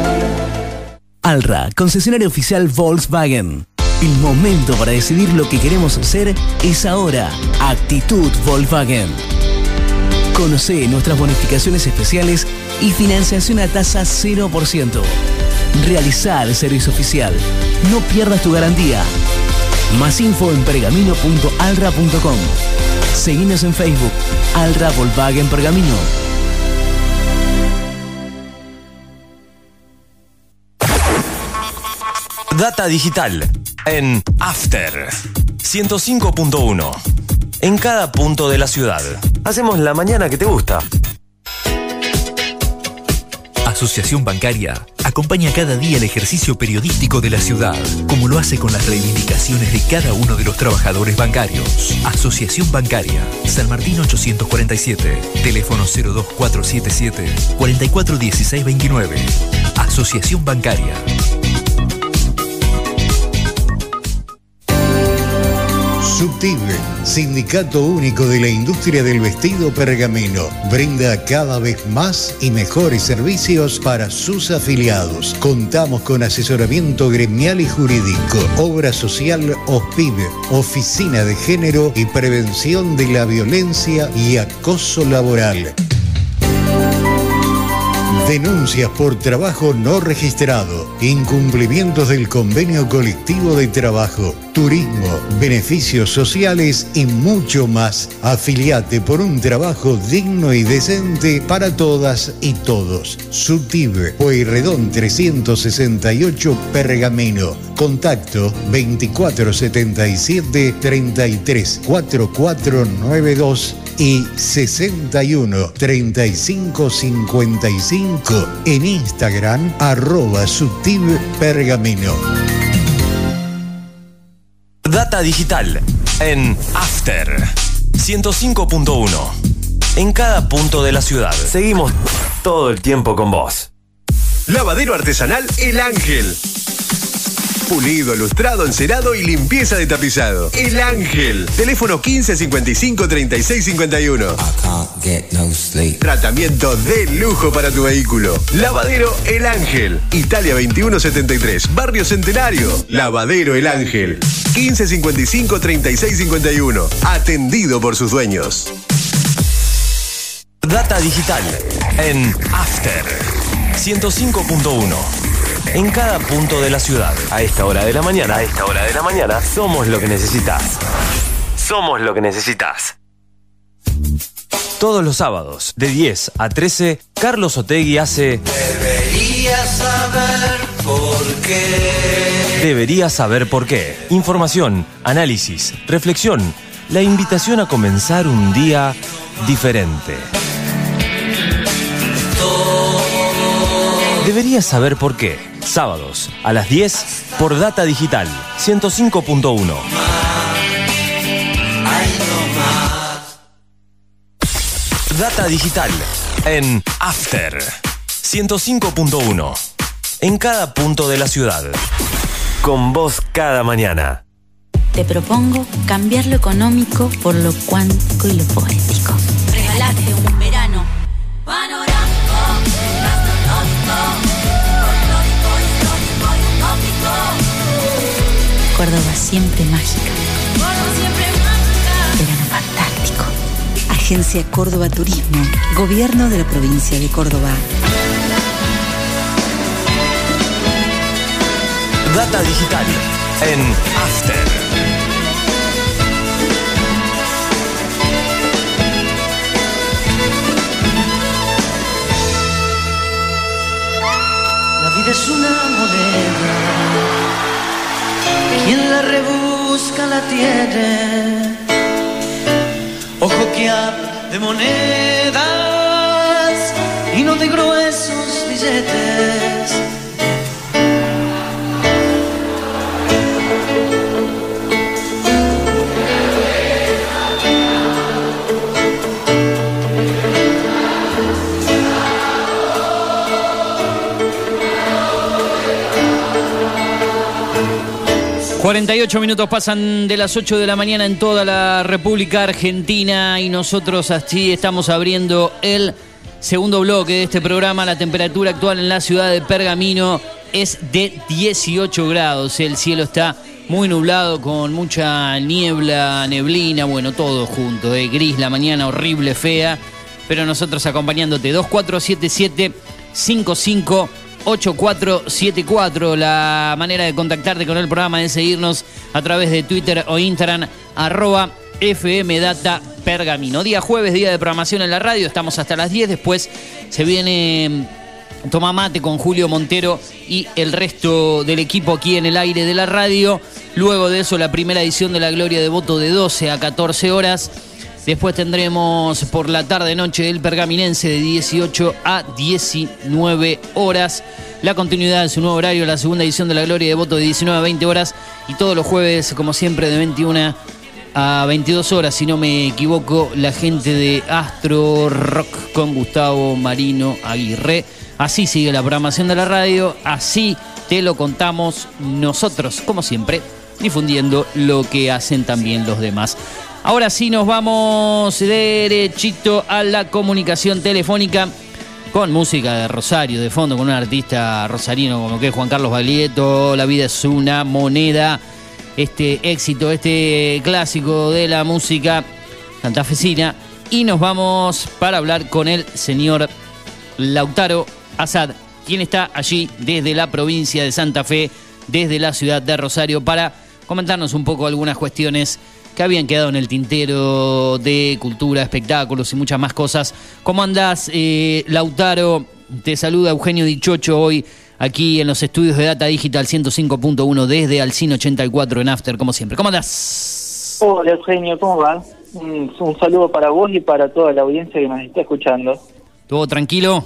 Alra, concesionario oficial Volkswagen. El momento para decidir lo que queremos hacer es ahora. Actitud Volkswagen. Conoce nuestras bonificaciones especiales y financiación a tasa cero por ciento. Realizá el servicio oficial. No pierdas tu garantía. Más info en pergamino punto alra punto com. Seguinos en Facebook. Alra Volkswagen Pergamino. Data digital en After ciento cinco punto uno. En cada punto de la ciudad. Hacemos la mañana que te gusta. Asociación Bancaria acompaña cada día el ejercicio periodístico de la ciudad, como lo hace con las reivindicaciones de cada uno de los trabajadores bancarios. Asociación Bancaria, San Martín ochocientos cuarenta y siete, teléfono cero dos cuatro siete siete, cuarenta y cuatro dieciséis veintinueve. Asociación Bancaria. Subtiv, Sindicato Único de la Industria del Vestido Pergamino, brinda cada vez más y mejores servicios para sus afiliados. Contamos con asesoramiento gremial y jurídico, obra social O S P I B, Oficina de Género y Prevención de la Violencia y Acoso Laboral. Denuncias por trabajo no registrado, incumplimientos del convenio colectivo de trabajo, turismo, beneficios sociales y mucho más. Afiliate por un trabajo digno y decente para todas y todos. Subtiv, Pueyrredón trescientos sesenta y ocho, Pergamino. Contacto veinticuatro setenta y siete, treinta y tres, cuarenta y cuatro noventa y dos y sesenta y uno, treinta y cinco, cincuenta y cinco en Instagram, arroba Subtiv Pergamino. Data digital en After ciento cinco punto uno. En cada punto de la ciudad. Seguimos todo el tiempo con vos. Lavadero artesanal El Ángel. Pulido, lustrado, encerado y limpieza de tapizado. El Ángel. Teléfono quince cincuenta y cinco treinta y seis cincuenta y uno. Tratamiento de lujo para tu vehículo. Lavadero El Ángel. Italia veintiuno setenta y tres. Barrio Centenario. Lavadero El Ángel. quince cincuenta y cinco treinta y seis cincuenta y uno. Atendido por sus dueños. Data digital en After ciento cinco punto uno. En cada punto de la ciudad. A esta hora de la mañana, a esta hora de la mañana, somos lo que necesitas. Somos lo que necesitas. Todos los sábados, de diez a trece, Carlos Otegui hace... Deberías saber por qué. Deberías saber por qué. Información, análisis, reflexión. La invitación a comenzar un día diferente. Deberías saber por qué. Sábados, a las diez, por Data Digital, ciento cinco punto uno. Data Digital en After ciento cinco punto uno. En cada punto de la ciudad. Con vos cada mañana. Te propongo cambiar lo económico por lo cuántico y lo poético. Regalate un verano panorámico, gastronómico, folclórico, histórico y utópico. Córdoba siempre mágica. Córdoba siempre mágica. Verano fantástico. Agencia Córdoba Turismo. Gobierno de la provincia de Córdoba. Data Digital en After. Es una moneda, quien la rebusca la tiene. Ojo que habla de monedas y no de gruesos billetes. cuarenta y ocho minutos pasan de las ocho de la mañana en toda la República Argentina y nosotros así estamos abriendo el segundo bloque de este programa. La temperatura actual en la ciudad de Pergamino es de dieciocho grados. El cielo está muy nublado con mucha niebla, neblina, bueno, todo junto, ¿eh? Gris la mañana, horrible, fea, pero nosotros acompañándote. Dos cuatro siete siete cinco cinco ocho cuatro siete cuatro, la manera de contactarte con el programa es seguirnos a través de Twitter o Instagram, arroba F M Data Pergamino. Día jueves, día de programación en la radio, estamos hasta las diez, después se viene Toma Mate con Julio Montero y el resto del equipo aquí en el aire de la radio. Luego de eso la primera edición de La Gloria de Voto de doce a catorce horas. Después tendremos por la tarde-noche el Pergaminense de dieciocho a diecinueve horas. La continuidad de su nuevo horario, la segunda edición de La Gloria de Voto de diecinueve a veinte horas. Y todos los jueves, como siempre, de veintiuna a veintidós horas, si no me equivoco, la gente de Astro Rock con Gustavo Marino Aguirre. Así sigue la programación de la radio, así te lo contamos nosotros, como siempre, difundiendo lo que hacen también los demás. Ahora sí nos vamos derechito a la comunicación telefónica con música de Rosario de fondo, con un artista rosarino como que es Juan Carlos Baglietto. La vida es una moneda, este éxito, este clásico de la música santafesina. Y nos vamos para hablar con el señor Lautaro Azad, quien está allí desde la provincia de Santa Fe, desde la ciudad de Rosario, para comentarnos un poco algunas cuestiones que habían quedado en el tintero de cultura, espectáculos y muchas más cosas. ¿Cómo andás, eh, Lautaro? Te saluda Eugenio Dichocho hoy aquí en los estudios de Data Digital ciento cinco punto uno desde Alcina ochenta y cuatro en After, como siempre. ¿Cómo andás? Hola, Eugenio, ¿cómo va? Un, un saludo para vos y para toda la audiencia que nos está escuchando. ¿Todo tranquilo?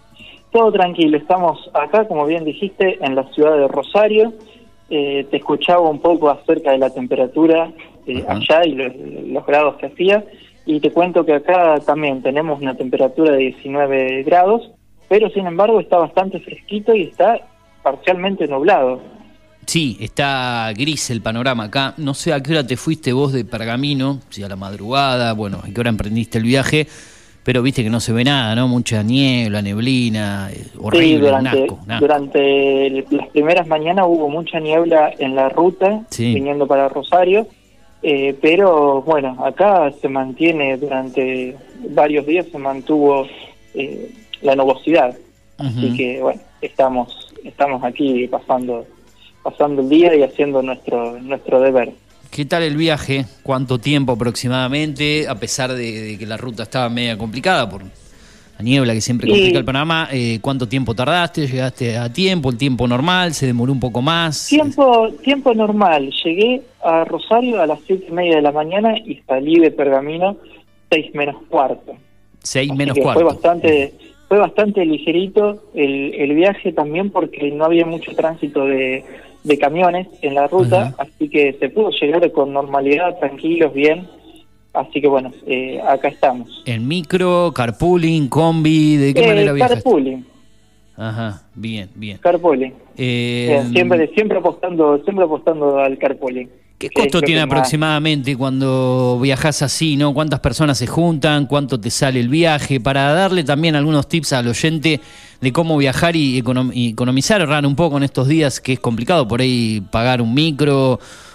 Todo tranquilo, estamos acá, como bien dijiste, en la ciudad de Rosario. Eh, te escuchaba un poco acerca de la temperatura eh, allá y los, los grados que hacía, y te cuento que acá también tenemos una temperatura de diecinueve grados, pero sin embargo está bastante fresquito y está parcialmente nublado. Sí, está gris el panorama acá. No sé a qué hora te fuiste vos de Pergamino, si a la madrugada, bueno, a qué hora emprendiste el viaje, pero viste que no se ve nada, ¿no? Mucha niebla, neblina, horrible, sí, durante, un asco, un asco. durante las primeras mañanas hubo mucha niebla en la ruta, sí. viniendo para Rosario, eh, pero bueno, acá se mantiene durante varios días, se mantuvo eh, la nubosidad, uh-huh. así que bueno, estamos, estamos aquí pasando... pasando el día y haciendo nuestro nuestro deber. ¿Qué tal el viaje? ¿Cuánto tiempo aproximadamente? A pesar de, de que la ruta estaba media complicada por la niebla que siempre complica y, el panorama, eh, ¿cuánto tiempo tardaste? ¿Llegaste a tiempo? ¿El tiempo normal? ¿Se demoró un poco más? Tiempo tiempo normal. Llegué a Rosario a las siete y media de la mañana y salí de Pergamino seis menos cuarto. Seis menos cuarto. Fue bastante... Fue bastante ligerito el, el viaje también porque no había mucho tránsito de, de camiones en la ruta, uh-huh. así que se pudo llegar con normalidad, tranquilos, bien. Así que bueno, eh, acá estamos. ¿En micro, carpooling, combi? ¿De qué eh, manera viajaste? Carpooling. Ajá, bien, bien. Carpooling. Eh, bien, siempre, siempre apostando, siempre apostando al carpooling. ¿Qué costo tiene aproximadamente cuando viajas así, no? ¿Cuántas personas se juntan? ¿Cuánto te sale el viaje? Para darle también algunos tips al oyente de cómo viajar y econom- y economizar, ahorrar un poco en estos días que es complicado por ahí pagar un micro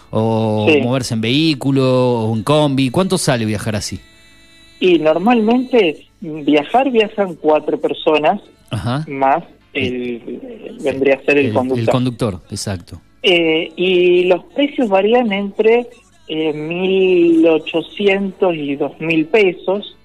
o sí. moverse en vehículo o en combi. ¿Cuánto sale viajar así? Y normalmente viajar viajan cuatro personas, Ajá. más el, vendría a ser el, el conductor. El conductor, exacto. Eh, y los precios varían entre eh, mil ochocientos y dos mil pesos,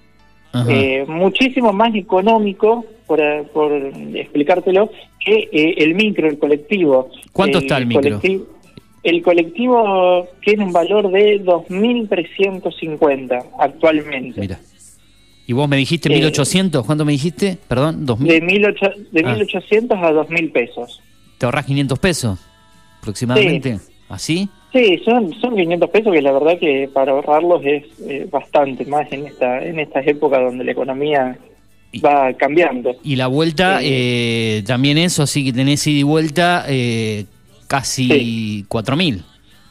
eh, muchísimo más económico, por, por explicártelo, que eh, el micro, el colectivo. ¿Cuánto el está el micro? Colectivo, el colectivo tiene un valor de dos mil trescientos cincuenta actualmente. Mira. ¿Y vos me dijiste mil ochocientos? Eh, ¿Cuánto me dijiste? Perdón, dos mil. De, mil ocho, de ah. mil ochocientos a dos mil pesos. ¿Te ahorrás quinientos pesos? Aproximadamente, sí. ¿Así? Sí, son son quinientos pesos que la verdad que para ahorrarlos es eh, bastante más en esta en estas épocas donde la economía va cambiando. Y la vuelta, eh, eh, también eso, así que tenés ida y vuelta eh, casi sí. cuatro mil.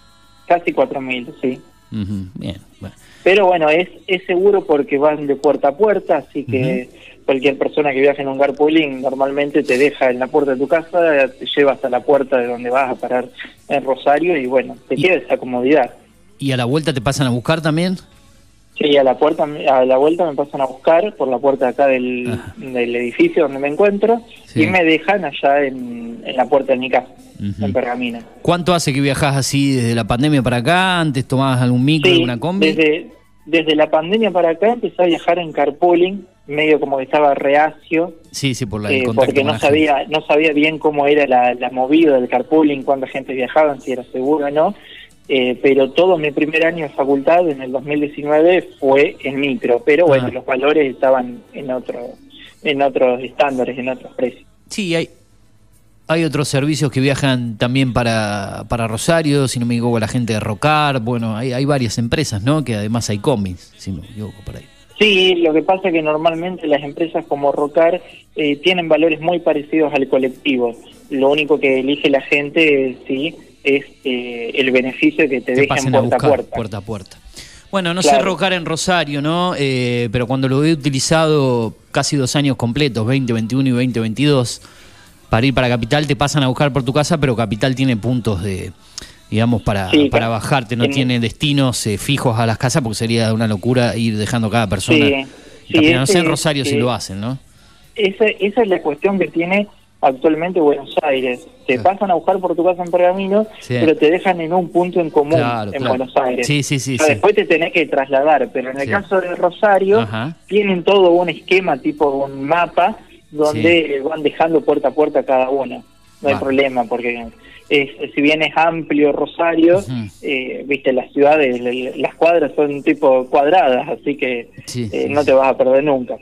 Casi cuatro mil, sí. Uh-huh, bien, bueno. Pero bueno, es, es seguro porque van de puerta a puerta, así que uh-huh. cualquier persona que viaje en un carpooling normalmente te deja en la puerta de tu casa, te lleva hasta la puerta de donde vas a parar en Rosario y bueno, te queda esa comodidad. ¿Y a la vuelta te pasan a buscar también? Sí, a la puerta a la vuelta me pasan a buscar por la puerta de acá del, uh-huh. del edificio donde me encuentro sí. y me dejan allá en, en la puerta de mi casa. Uh-huh. En Pergamino. ¿Cuánto hace que viajás así desde la pandemia para acá? ¿Antes tomabas algún micro, sí, alguna combi? Desde, desde la pandemia para acá empecé a viajar en carpooling, medio como que estaba reacio. Sí, sí, por la eh, porque no sabía, no sabía bien cómo era la, la movida del carpooling, cuánta gente viajaba, si era seguro o no. Eh, pero todo mi primer año de facultad, en el dos mil diecinueve, fue en micro. Pero bueno, ah. los valores estaban en otro, en otros estándares, en otros precios. Sí, hay... Hay otros servicios que viajan también para, para Rosario, si no me equivoco, la gente de Rocar. Bueno, hay, hay varias empresas, ¿no? Que además hay combis, si no me equivoco, por ahí. Sí, lo que pasa es que normalmente las empresas como Rocar eh, tienen valores muy parecidos al colectivo. Lo único que elige la gente, sí, es eh, el beneficio que te, te dejen puerta a, buscar, a puerta. puerta a puerta. Bueno, no claro. sé Rocar en Rosario, ¿no? Eh, pero cuando lo he utilizado casi dos años completos, veinte veintiuno y veinte veintidós... para ir para Capital te pasan a buscar por tu casa, pero Capital tiene puntos de, digamos, para, sí, para bajarte, no en... tiene destinos eh, fijos a las casas, porque sería una locura ir dejando cada persona. Sí, sí, ese, no sé en Rosario sí, si lo hacen, ¿no? Esa, esa es la cuestión que tiene actualmente Buenos Aires. Te claro. pasan a buscar por tu casa en Pergamino, sí. pero te dejan en un punto en común claro, en claro. Buenos Aires. Sí, sí, sí, o sea, sí. Después te tenés que trasladar, pero en el sí. caso de Rosario, Ajá. tienen todo un esquema, tipo un mapa, donde sí. van dejando puerta a puerta cada uno. No hay ah. problema, porque es, si bien es amplio Rosario, uh-huh. eh, viste, las ciudades, las cuadras son tipo cuadradas, así que sí, eh, sí, no te vas a perder nunca.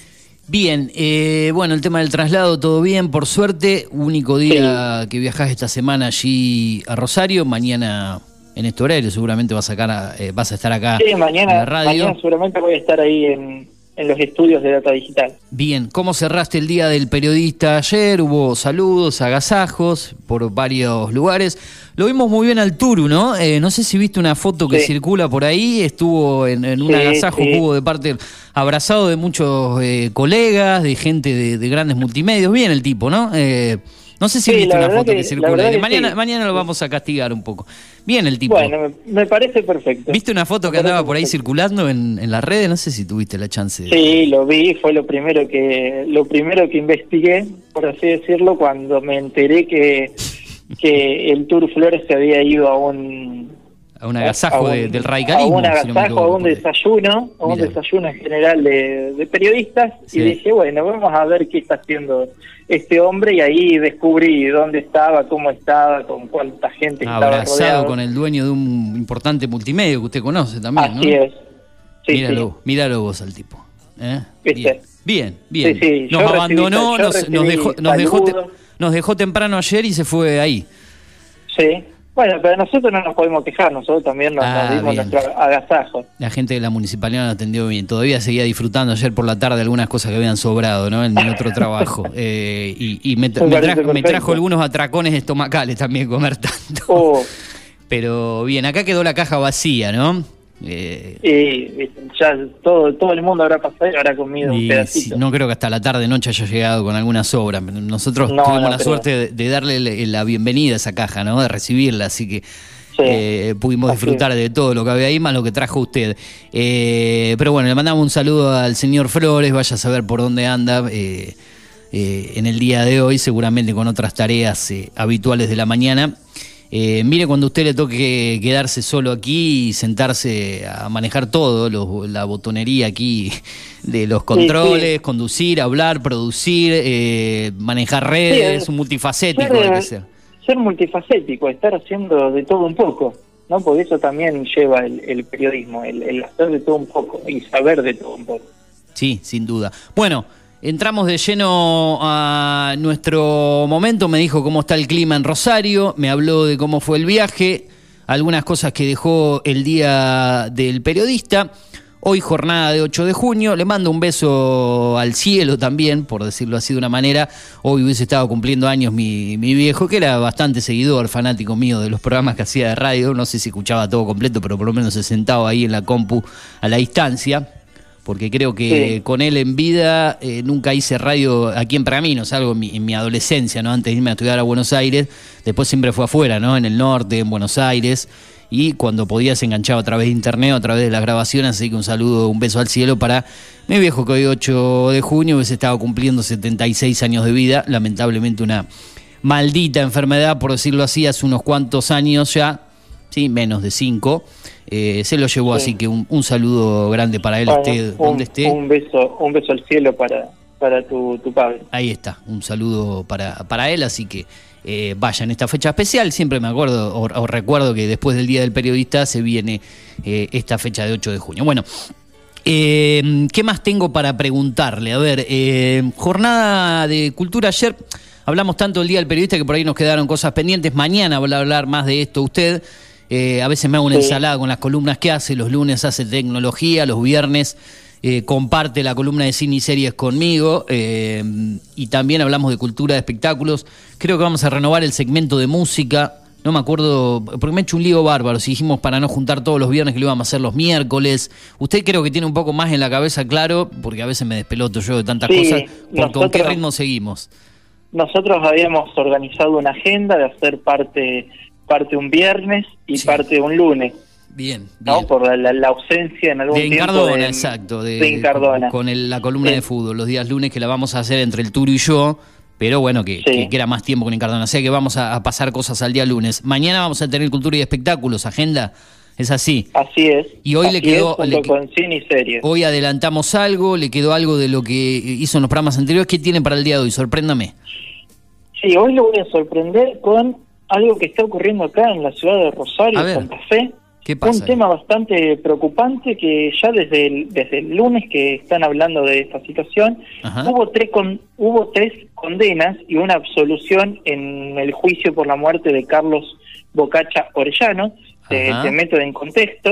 Bien, eh, bueno, el tema del traslado, todo bien, por suerte. Único día sí. que viajás esta semana allí a Rosario, mañana en este horario seguramente vas a, sacar a, eh, vas a estar acá sí, mañana, en la radio. Mañana seguramente voy a estar ahí en... en los estudios de Data Digital. Bien, ¿cómo cerraste el día del periodista ayer? Hubo saludos, agasajos por varios lugares. Lo vimos muy bien al Turu, ¿no? Eh, no sé si viste una foto que sí. circula por ahí, estuvo en, en un sí, agasajo sí. que hubo de parte, abrazado de muchos eh, colegas, de gente de, de grandes multimedios. Bien el tipo, ¿no? Eh, no sé si sí, viste una foto que, que circula. Que mañana, sí. mañana lo vamos a castigar un poco. Bien el tipo. Bueno, me, me parece perfecto. ¿Viste una foto me que andaba perfecto. por ahí circulando en, en las redes? No sé si tuviste la chance. De... Sí, lo vi, fue lo primero que lo primero que investigué, por así decirlo, cuando me enteré que, que el Turu Flores se había ido a un... A un agasajo a un, de, del radicalismo. A un agasajo, si no me equivoco, a un desayuno, a un Mira. desayuno en general de, de periodistas, sí. y dije, bueno, vamos a ver qué está haciendo este hombre, y ahí descubrí dónde estaba, cómo estaba, con cuánta gente Abrazado estaba rodeado. Con el dueño de un importante multimedio que usted conoce también, Así ¿no? es. Sí, míralo, sí. míralo vos al tipo. ¿eh? Bien, bien, bien. Sí, sí. Nos yo abandonó, recibí, nos, nos, dejó, nos, dejó te, nos dejó temprano ayer y se fue ahí. Sí. Bueno, pero nosotros no nos podemos quejar, nosotros también nos, Ah, nos dimos bien. nuestro agasajo. La gente de la municipalidad nos atendió bien. Todavía seguía disfrutando ayer por la tarde algunas cosas que habían sobrado, ¿no? En mi otro trabajo. Eh, y y me, tra- Me me, parece trajo, me perfecto. trajo algunos atracones estomacales también comer tanto. Oh, Pero bien, acá quedó la caja vacía, ¿no? Eh, y ya todo todo el mundo habrá pasado y habrá comido un y pedacito. si- no creo que hasta la tarde noche haya llegado con alguna sobra. Nosotros No, tuvimos no la creo. suerte de, de darle la, la bienvenida a esa caja, ¿no? De recibirla, así que Sí. eh, pudimos Así disfrutar de todo lo que había ahí, más lo que trajo usted. Eh, pero bueno, le mandamos un saludo al señor Flores, vaya a saber por dónde anda eh, eh, en el día de hoy, seguramente con otras tareas eh, habituales de la mañana. Eh, mire, cuando a usted le toque quedarse solo aquí y sentarse a manejar todo, los- la botonería aquí de los controles, sí. conducir, hablar, producir, eh, manejar redes, Sí, un multifacético, ser, lo que sea. ser multifacético, estar haciendo de todo un poco, ¿no? Porque eso también lleva el, el periodismo, el, el hacer de todo un poco y saber de todo un poco. Sí, sin duda. Bueno, entramos de lleno a nuestro momento. Me dijo cómo está el clima en Rosario, me habló de cómo fue el viaje, algunas cosas que dejó el día del periodista. Hoy jornada de ocho de junio, le mando un beso al cielo también, por decirlo así de una manera. Hoy hubiese estado cumpliendo años mi, mi viejo, que era bastante seguidor, fanático mío de los programas que hacía de radio. No sé si escuchaba todo completo, pero por lo menos se sentaba ahí en la compu a la distancia, porque creo que Sí. con él en vida eh, nunca hice radio aquí en Pergamino, salvo en mi, en mi adolescencia, ¿no? Antes de irme a estudiar a Buenos Aires. Después siempre fue afuera, ¿no? En el norte, en Buenos Aires. Y cuando podía se enganchaba a través de internet o a través de las grabaciones, así que un saludo, un beso al cielo para mi viejo, que hoy ocho de junio hubiese estado cumpliendo setenta y seis años de vida, lamentablemente una maldita enfermedad, por decirlo así, hace unos cuantos años ya, sí, menos de cinco, eh, se lo llevó, Sí. así que un, un saludo grande para él, Bueno, esté un, donde esté. un beso, un beso al cielo para, para tu, tu padre. Ahí está, un saludo para, para él, así que eh, vaya en esta fecha especial. Siempre me acuerdo o, o recuerdo que después del Día del Periodista se viene eh, esta fecha de ocho de junio. Bueno, eh, ¿qué más tengo para preguntarle? A ver, eh, jornada de cultura ayer. Hablamos tanto del Día del Periodista que por ahí nos quedaron cosas pendientes. Mañana va a hablar más de esto usted. Eh, a veces me hago una Sí. ensalada con las columnas que hace. Los lunes hace tecnología, los viernes eh, comparte la columna de cine y series conmigo. Eh, y también hablamos de cultura de espectáculos. Creo que vamos a renovar el segmento de música. No me acuerdo, porque me he hecho un lío bárbaro. Si dijimos para no juntar todos los viernes que lo íbamos a hacer los miércoles. Usted creo que tiene un poco más en la cabeza claro, porque a veces me despeloto yo de tantas Sí, cosas. ¿Por con qué nosotros- ritmo seguimos? Nosotros habíamos organizado una agenda de hacer parte parte un viernes y Sí. parte un lunes, Bien, ¿no? bien. Por la, la- la ausencia en algún De tiempo Encardona, de, exacto. De, de Encardona. Con, con el- la columna Sí. de fútbol, los días lunes que la vamos a hacer entre el Turu y yo, pero bueno, que, Sí. que, que era más tiempo con Encardona. O sea que vamos a, a pasar cosas al día lunes. Mañana vamos a tener cultura y espectáculos, agenda. Es así. Así es. Y hoy así le quedó- es, junto le que- con cine y series. Hoy adelantamos algo, le quedó algo de lo que hizo en los programas anteriores. ¿Qué tienen para el día de hoy? Sorpréndame. Sí, hoy lo voy a sorprender con algo que está ocurriendo acá en la ciudad de Rosario, A ver, Santa Fe. ¿Qué pasa? Un tema bastante preocupante que ya desde el, desde el lunes que están hablando de esta situación, Ajá. hubo tres con, hubo tres condenas y una absolución en el juicio por la muerte de Carlos Bocacha Orellano. Te, Ajá. te meto en contexto.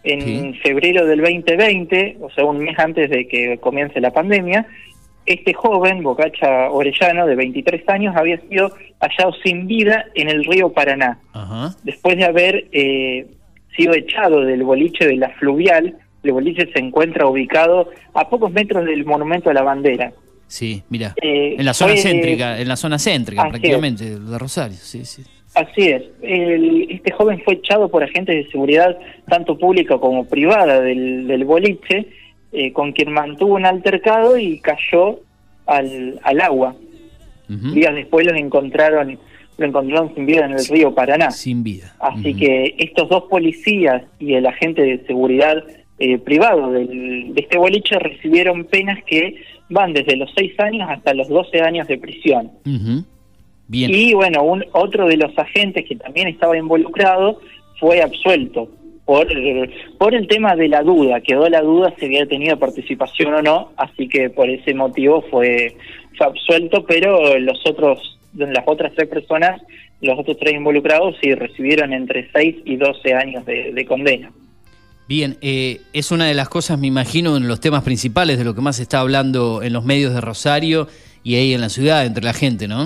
En Sí. febrero del veinte veinte, o sea, un mes antes de que comience la pandemia, este joven, Bocacha Orellano, de veintitrés años, había sido hallado sin vida en el río Paraná, Ajá. después de haber eh, sido echado del boliche de la Fluvial. El boliche se encuentra ubicado a pocos metros del Monumento a la Bandera. Sí, mira, Eh, en la zona fue- céntrica, en la zona céntrica Así prácticamente de Rosario, sí, sí. Así es. El- este joven fue echado por agentes de seguridad, tanto pública como privada, del, del boliche, eh, con quien mantuvo un altercado y cayó al, al agua. Ujú. Días después lo encontraron, lo encontraron sin vida en el río Paraná. Sin vida. Así Ujú. que estos dos policías y el agente de seguridad eh, privado del, de este boliche recibieron penas que van desde los seis años hasta los doce años de prisión. Ujú. Bien. Y bueno, un, otro de los agentes que también estaba involucrado fue absuelto por, eh, por el tema de la duda. Quedó la duda si había tenido participación o no, así que por ese motivo fue, fue absuelto, pero los otros, las otras tres personas, los otros tres involucrados, sí recibieron entre seis y doce años de, de condena. Bien, eh, es una de las cosas, me imagino, en los temas principales de lo que más se está hablando en los medios de Rosario y ahí en la ciudad, entre la gente, ¿no?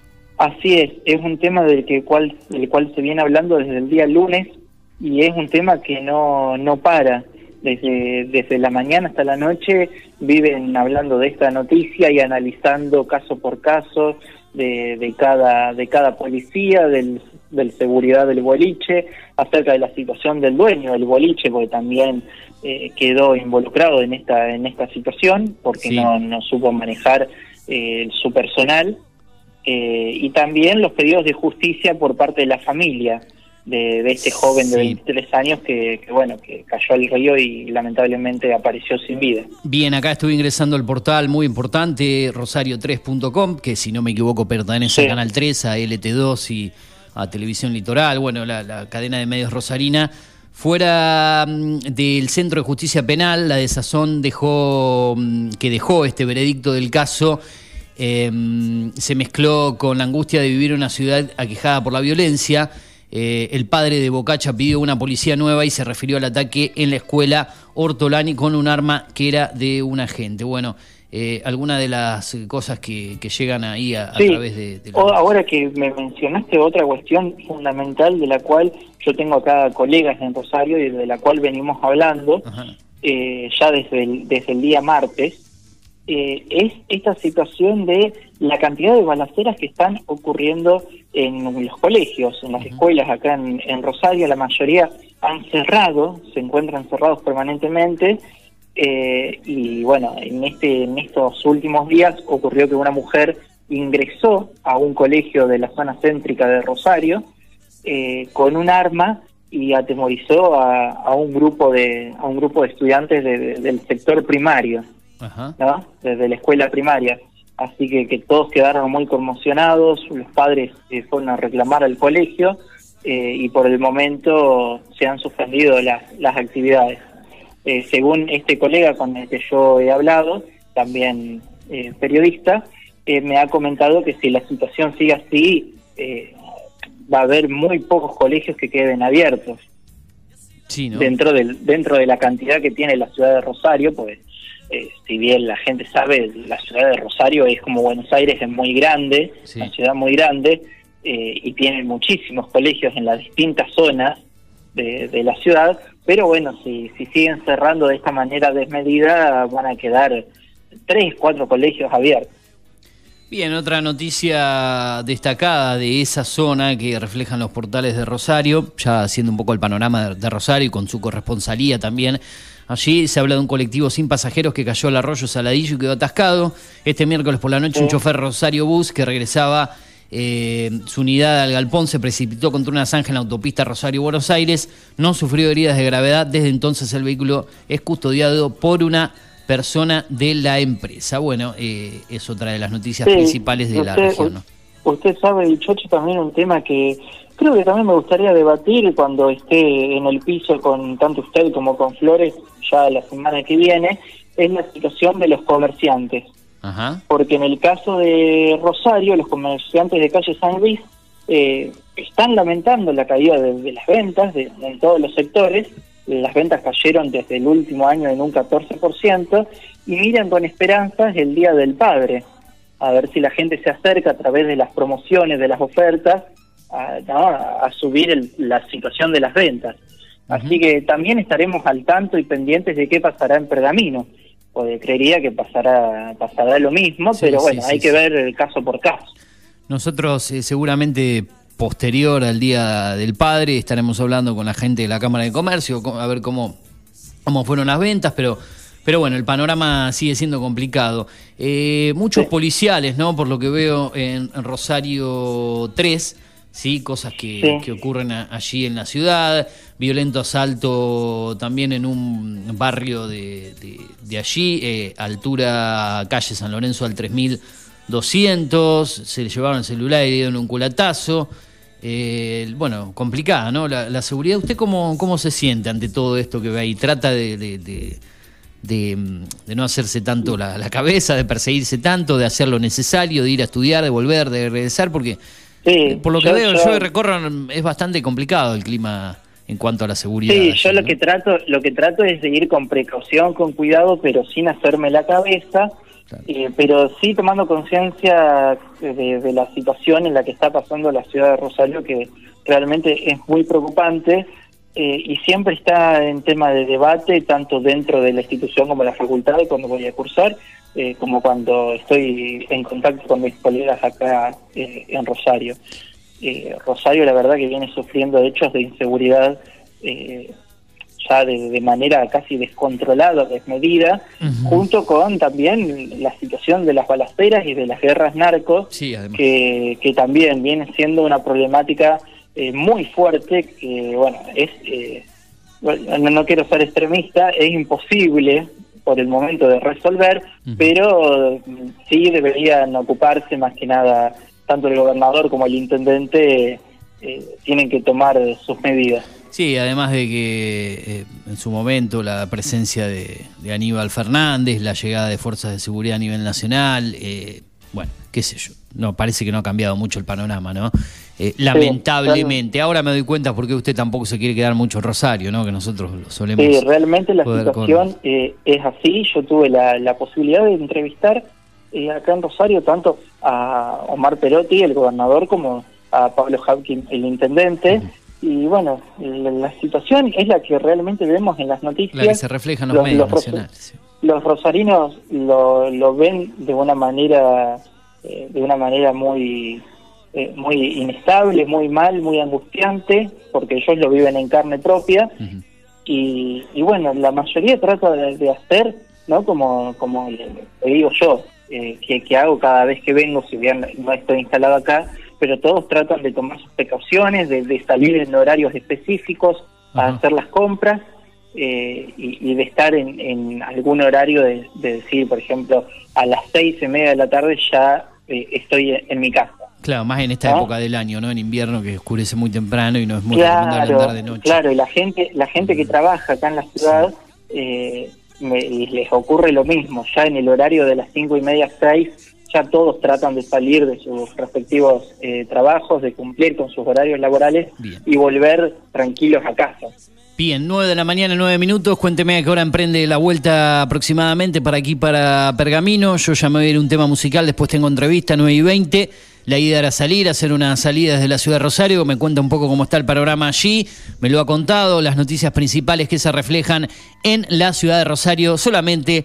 Así es, es un tema del que cual, del cual se viene hablando desde el día lunes y es un tema que no, no para. Desde, desde la mañana hasta la noche viven hablando de esta noticia y analizando caso por caso de, de cada de cada policía, del, del seguridad del boliche, acerca de la situación del dueño del boliche, porque también eh, quedó involucrado en esta en esta situación, porque Sí. no, no supo manejar eh, su personal. Eh, y también los pedidos de justicia por parte de la familia de, de este joven de Sí. veintitrés años que, que, bueno, que cayó al río y lamentablemente apareció sin vida. Bien, acá estuve ingresando al portal muy importante, rosario tres punto com, que si no me equivoco pertenece Sí. a Canal tres, a L T dos y a Televisión Litoral, bueno, la, la cadena de medios rosarina. Fuera mm, del Centro de Justicia Penal, la desazón dejó, mm, que dejó este veredicto del caso eh, se mezcló con la angustia de vivir en una ciudad aquejada por la violencia. Eh, el padre de Bocacha pidió una policía nueva y se refirió al ataque en la escuela Ortolani con un arma que era de un agente. Bueno, eh, algunas de las cosas que, que llegan ahí a, a Sí. través de... de la- O- ahora que me mencionaste otra cuestión fundamental de la cual yo tengo acá colegas en Rosario y de la cual venimos hablando eh, ya desde el, desde el día martes, eh, es esta situación de la cantidad de balaceras que están ocurriendo en los colegios, en las escuelas acá en, en Rosario. La mayoría han cerrado, se encuentran cerrados permanentemente. Eh, y bueno, en este en estos últimos días ocurrió que una mujer ingresó a un colegio de la zona céntrica de Rosario eh, con un arma y atemorizó a, a un grupo de a un grupo de estudiantes de- de- del sector primario, Ajá. ¿no? Desde la escuela primaria. Así que, que todos quedaron muy conmocionados, los padres eh, fueron a reclamar al colegio eh, y por el momento se han suspendido las, las actividades. Eh, según este colega con el que yo he hablado, también eh, periodista, eh, me ha comentado que si la situación sigue así, eh, va a haber muy pocos colegios que queden abiertos. Sí, ¿no? Dentro del dentro de la cantidad que tiene la ciudad de Rosario, pues eh, si bien la gente sabe, la ciudad de Rosario es como Buenos Aires, es muy grande, Sí. una ciudad muy grande, eh, y tiene muchísimos colegios en las distintas zonas de, de la ciudad, pero bueno, si, si siguen cerrando de esta manera desmedida, van a quedar tres, cuatro colegios abiertos. Bien, otra noticia destacada de esa zona que reflejan los portales de Rosario, ya haciendo un poco el panorama de, de Rosario y con su corresponsalía también. Allí se habla de un colectivo sin pasajeros que cayó al arroyo Saladillo y quedó atascado. Este miércoles por la noche un chofer Rosario Bus que regresaba eh, su unidad al galpón se precipitó contra una zanja en la autopista Rosario-Buenos Aires. No sufrió heridas de gravedad. Desde entonces el vehículo es custodiado por una persona de la empresa. Bueno, eh, es otra de las noticias Sí, principales de la usted- región, ¿no? Usted sabe, y Chocho, también un tema que creo que también me gustaría debatir cuando esté en el piso con tanto usted como con Flores, ya la semana que viene, es la situación de los comerciantes. Ajá. Porque en el caso de Rosario, los comerciantes de calle San Luis eh, están lamentando la caída de, de las ventas de, en todos los sectores, las ventas cayeron desde el último año en un catorce por ciento, y miran con esperanzas el Día del Padre, a ver si la gente se acerca a través de las promociones, de las ofertas, a, ¿no? a subir el, la situación de las ventas. Uh-huh. Así que también estaremos al tanto y pendientes de qué pasará en Pergamino. Pues creería que pasará pasará lo mismo, sí, pero bueno, sí, hay sí, que sí. ver el caso por caso. Nosotros eh, seguramente posterior al Día del Padre estaremos hablando con la gente de la Cámara de Comercio a ver cómo, cómo fueron las ventas, pero pero bueno, el panorama sigue siendo complicado. Eh, muchos sí. policiales, ¿no? Por lo que veo en Rosario tres, sí, cosas que, sí. que ocurren a, allí en la ciudad. Violento asalto también en un barrio de, de, de allí, eh, altura calle San Lorenzo al tres mil doscientos, se le llevaron el celular y le dieron un culatazo. Eh, bueno, complicada, ¿no? La, la seguridad. ¿Usted cómo, cómo se siente ante todo esto que ve ahí? ¿Trata de, de, de, de, de no hacerse tanto la, la cabeza, de perseguirse tanto, de hacer lo necesario, de ir a estudiar, de volver, de regresar? Porque sí, por lo que yo, veo, yo, yo recorro, es bastante complicado el clima en cuanto a la seguridad. Sí, allí, yo ¿no? lo que trato lo que trato es de ir con precaución, con cuidado, pero sin hacerme la cabeza, claro. eh, pero sí tomando conciencia de, de la situación en la que está pasando la ciudad de Rosario, que realmente es muy preocupante, eh, y siempre está en tema de debate, tanto dentro de la institución como de la facultad, cuando voy a cursar, eh, como cuando estoy en contacto con mis colegas acá eh, en Rosario. Eh, Rosario la verdad que viene sufriendo hechos de inseguridad eh, ya de, de manera casi descontrolada, desmedida, uh-huh. junto con también la situación de las balaceras y de las guerras narcos, sí, que, que también viene siendo una problemática eh, muy fuerte, que bueno, es eh, bueno, no, no quiero ser extremista, es imposible por el momento de resolver, uh-huh. pero sí deberían ocuparse más que nada tanto el gobernador como el intendente eh, tienen que tomar sus medidas. Sí, además de que eh, en su momento la presencia de, de Aníbal Fernández, la llegada de fuerzas de seguridad a nivel nacional, eh, bueno, qué sé yo, no parece que no ha cambiado mucho el panorama, ¿no? Eh, lamentablemente, sí, ahora me doy cuenta porque usted tampoco se quiere quedar mucho en Rosario, ¿no? Que nosotros lo solemos. Sí, realmente la situación eh, es así. Yo tuve la, la posibilidad de entrevistar Eh, acá en Rosario tanto a Omar Perotti, el gobernador, como a Pablo Hapkin, el intendente, uh-huh. y bueno, la, la situación es la que realmente vemos en las noticias. La que se refleja en los, los medios los nacionales. Sí. Los rosarinos lo, lo ven de una manera eh, de una manera muy eh, muy inestable, muy mal, muy angustiante, porque ellos lo viven en carne propia, uh-huh. y, y bueno, la mayoría trata de, de hacer, ¿no? Como, como le, le digo yo, Eh, que, que hago cada vez que vengo, si bien no estoy instalado acá, pero todos tratan de tomar sus precauciones, de, de salir en horarios específicos a uh-huh. hacer las compras, eh, y, y de estar en, en algún horario de, de decir, por ejemplo, a las seis y media de la tarde ya eh, estoy en mi casa. Claro, más en esta ¿no? época del año, ¿no? En invierno, que oscurece muy temprano y no es muy claro, recomendable andar de noche. Claro, y la gente, la gente que trabaja acá en la ciudad, sí. eh, Me, les ocurre lo mismo, ya en el horario de las cinco y media, seis, ya todos tratan de salir de sus respectivos eh, trabajos, de cumplir con sus horarios laborales. Bien. Y volver tranquilos a casa. Bien, nueve de la mañana, nueve minutos, cuénteme a qué hora emprende la vuelta aproximadamente para aquí, para Pergamino. Yo ya me voy a ir a un tema musical, después tengo entrevista, nueve y veinte. La idea era salir, hacer una salida desde la ciudad de Rosario, me cuenta un poco cómo está el panorama allí, me lo ha contado, las noticias principales que se reflejan en la ciudad de Rosario, solamente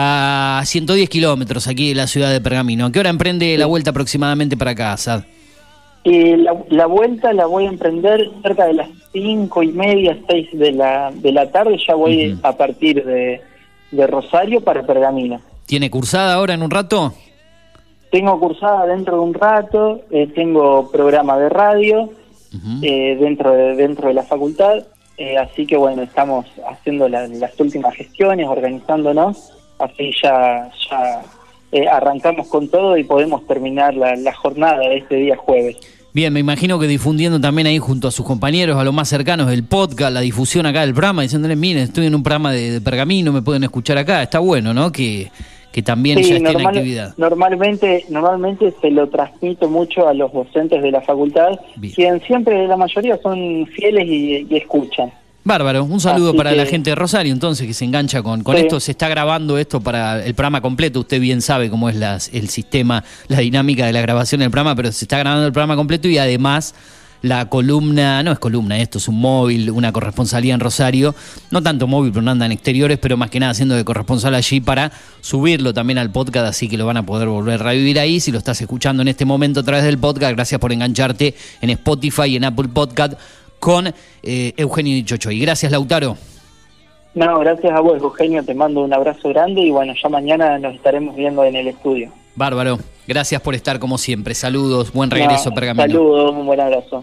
a ciento diez kilómetros aquí de la ciudad de Pergamino. ¿A qué hora emprende la vuelta aproximadamente para acá, Asad? Eh, la, la vuelta la voy a emprender cerca de las cinco y media, seis de la, de la tarde, ya voy uh-huh. a partir de, de Rosario para Pergamino. ¿Tiene cursada ahora en un rato? Tengo cursada dentro de un rato, eh, tengo programa de radio uh-huh. eh, dentro de dentro de la facultad, eh, así que bueno, estamos haciendo la, las últimas gestiones, organizándonos, así ya ya eh, arrancamos con todo y podemos terminar la, la jornada de este día jueves. Bien, me imagino que difundiendo también ahí junto a sus compañeros, a los más cercanos, el podcast, la difusión acá del programa, diciéndoles, miren, estoy en un programa de, de Pergamino, me pueden escuchar acá, está bueno, ¿no? Que... que también sí, ya esté normal, en actividad. Normalmente, normalmente se lo transmito mucho a los docentes de la facultad, bien. Quien siempre, la mayoría, son fieles y, y escuchan. Bárbaro, un saludo Así para que- la gente de Rosario, entonces, que se engancha con, con Sí. esto. Se está grabando esto para el programa completo. Usted bien sabe cómo es las- el sistema, la dinámica de la grabación del programa, pero se está grabando el programa completo y además la columna, no es columna, esto es un móvil, una corresponsalía en Rosario. No tanto móvil, pero no anda en exteriores, pero más que nada haciendo de corresponsal allí para subirlo también al podcast, así que lo van a poder volver a revivir ahí. Si lo estás escuchando en este momento a través del podcast, gracias por engancharte en Spotify y en Apple Podcast con eh, Eugenio Dichocho. Y gracias, Lautaro. No, gracias a vos, Eugenio, te mando un abrazo grande y bueno, ya mañana nos estaremos viendo en el estudio. Bárbaro, gracias por estar como siempre. Saludos, buen regreso, No, Pergamino. Saludos, un buen abrazo.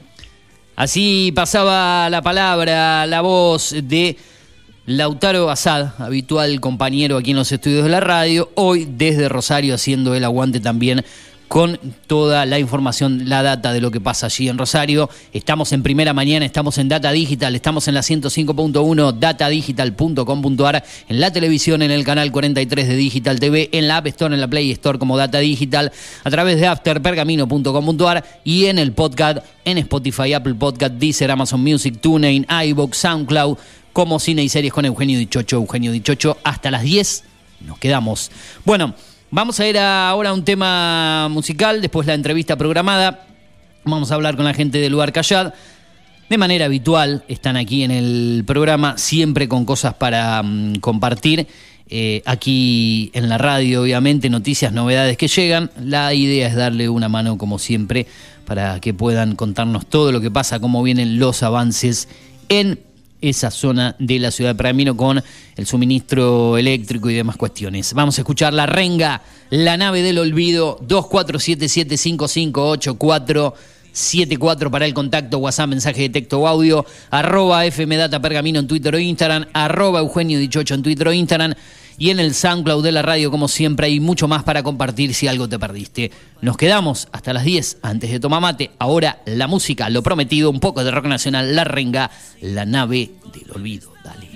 Así pasaba la palabra, la voz de Lautaro Asad, habitual compañero aquí en los estudios de la radio, hoy desde Rosario haciendo el aguante también con toda la información, la data de lo que pasa allí en Rosario. Estamos en Primera Mañana, estamos en Data Digital, estamos en la ciento cinco punto uno, data digital punto com punto a r, en la televisión, en el canal cuarenta y tres de Digital T V, en la App Store, en la Play Store como Data Digital, a través de after pergamino punto com punto a r y en el podcast, en Spotify, Apple Podcast, Deezer, Amazon Music, TuneIn, iVoox, SoundCloud, como Cine y Series con Eugenio Dichocho. Eugenio Dichocho, hasta las diez nos quedamos. Bueno, vamos a ir a ahora a un tema musical, después la entrevista programada. Vamos a hablar con la gente del Lugar Callad. De manera habitual están aquí en el programa, siempre con cosas para um, compartir. Eh, aquí en la radio, obviamente, noticias, novedades que llegan. La idea es darle una mano, como siempre, para que puedan contarnos todo lo que pasa, cómo vienen los avances en esa zona de la ciudad de Pergamino con el suministro eléctrico y demás cuestiones. Vamos a escuchar La Renga, La Nave del Olvido, dos cuatro siete siete cinco cinco ocho cuatro siete cuatro para el contacto, WhatsApp, mensaje de texto o audio, arroba fmdata pergamino en Twitter o Instagram, arroba Eugenio Dichocho en Twitter o Instagram, y en el SoundCloud de la radio, como siempre, hay mucho más para compartir si algo te perdiste. Nos quedamos hasta las diez antes de tomar mate. Ahora la música, lo prometido, un poco de rock nacional, La Renga, La Nave del Olvido. Dale.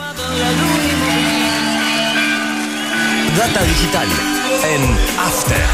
Data Digital en After.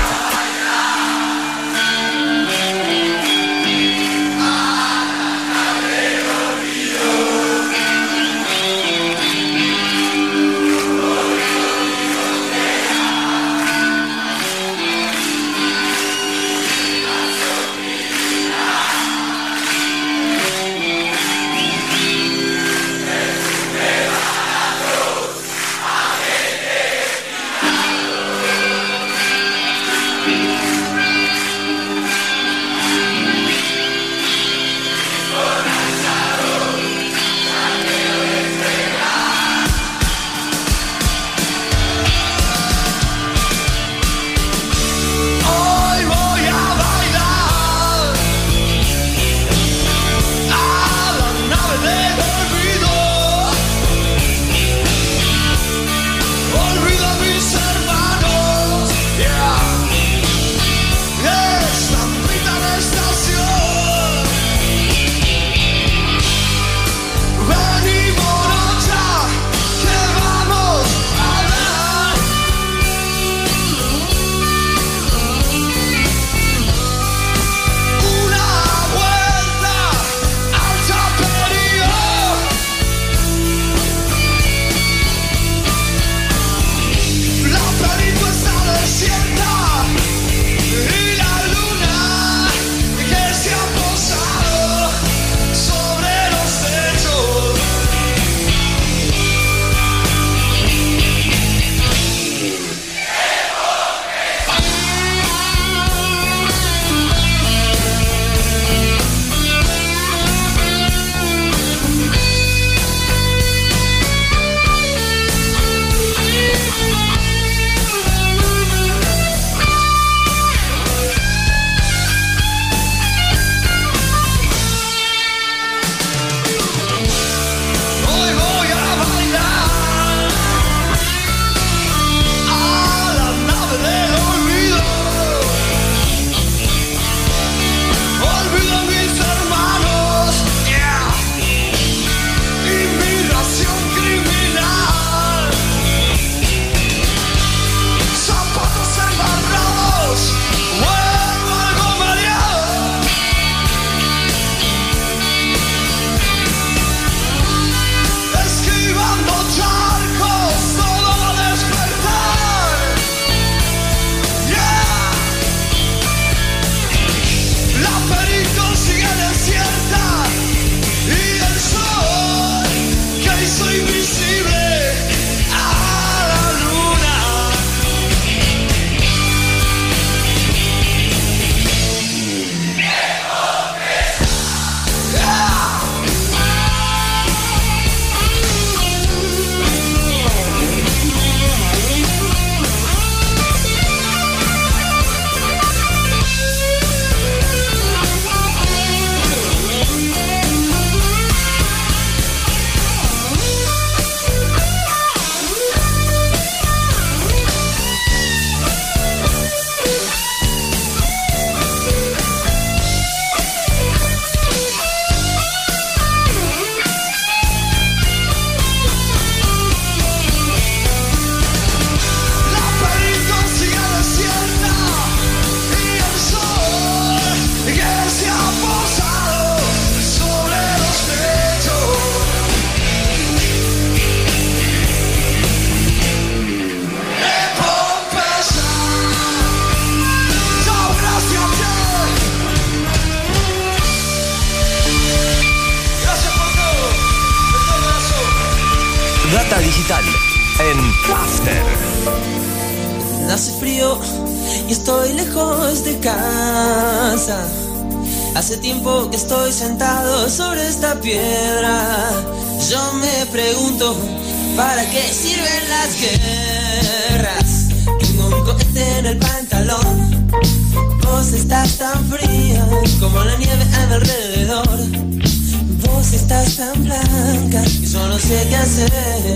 Data digital en After. Hace frío y estoy lejos de casa. Hace tiempo que estoy sentado sobre esta piedra. Yo me pregunto, ¿para qué sirven las guerras? Tengo un cohete en el pantalón. Vos estás tan fría como la nieve a mi alrededor. Vos estás tan blanca que yo no sé qué hacer.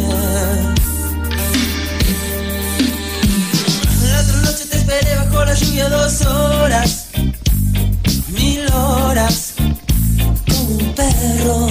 La otra noche te esperé bajo la lluvia dos horas, mil horas, como un perro.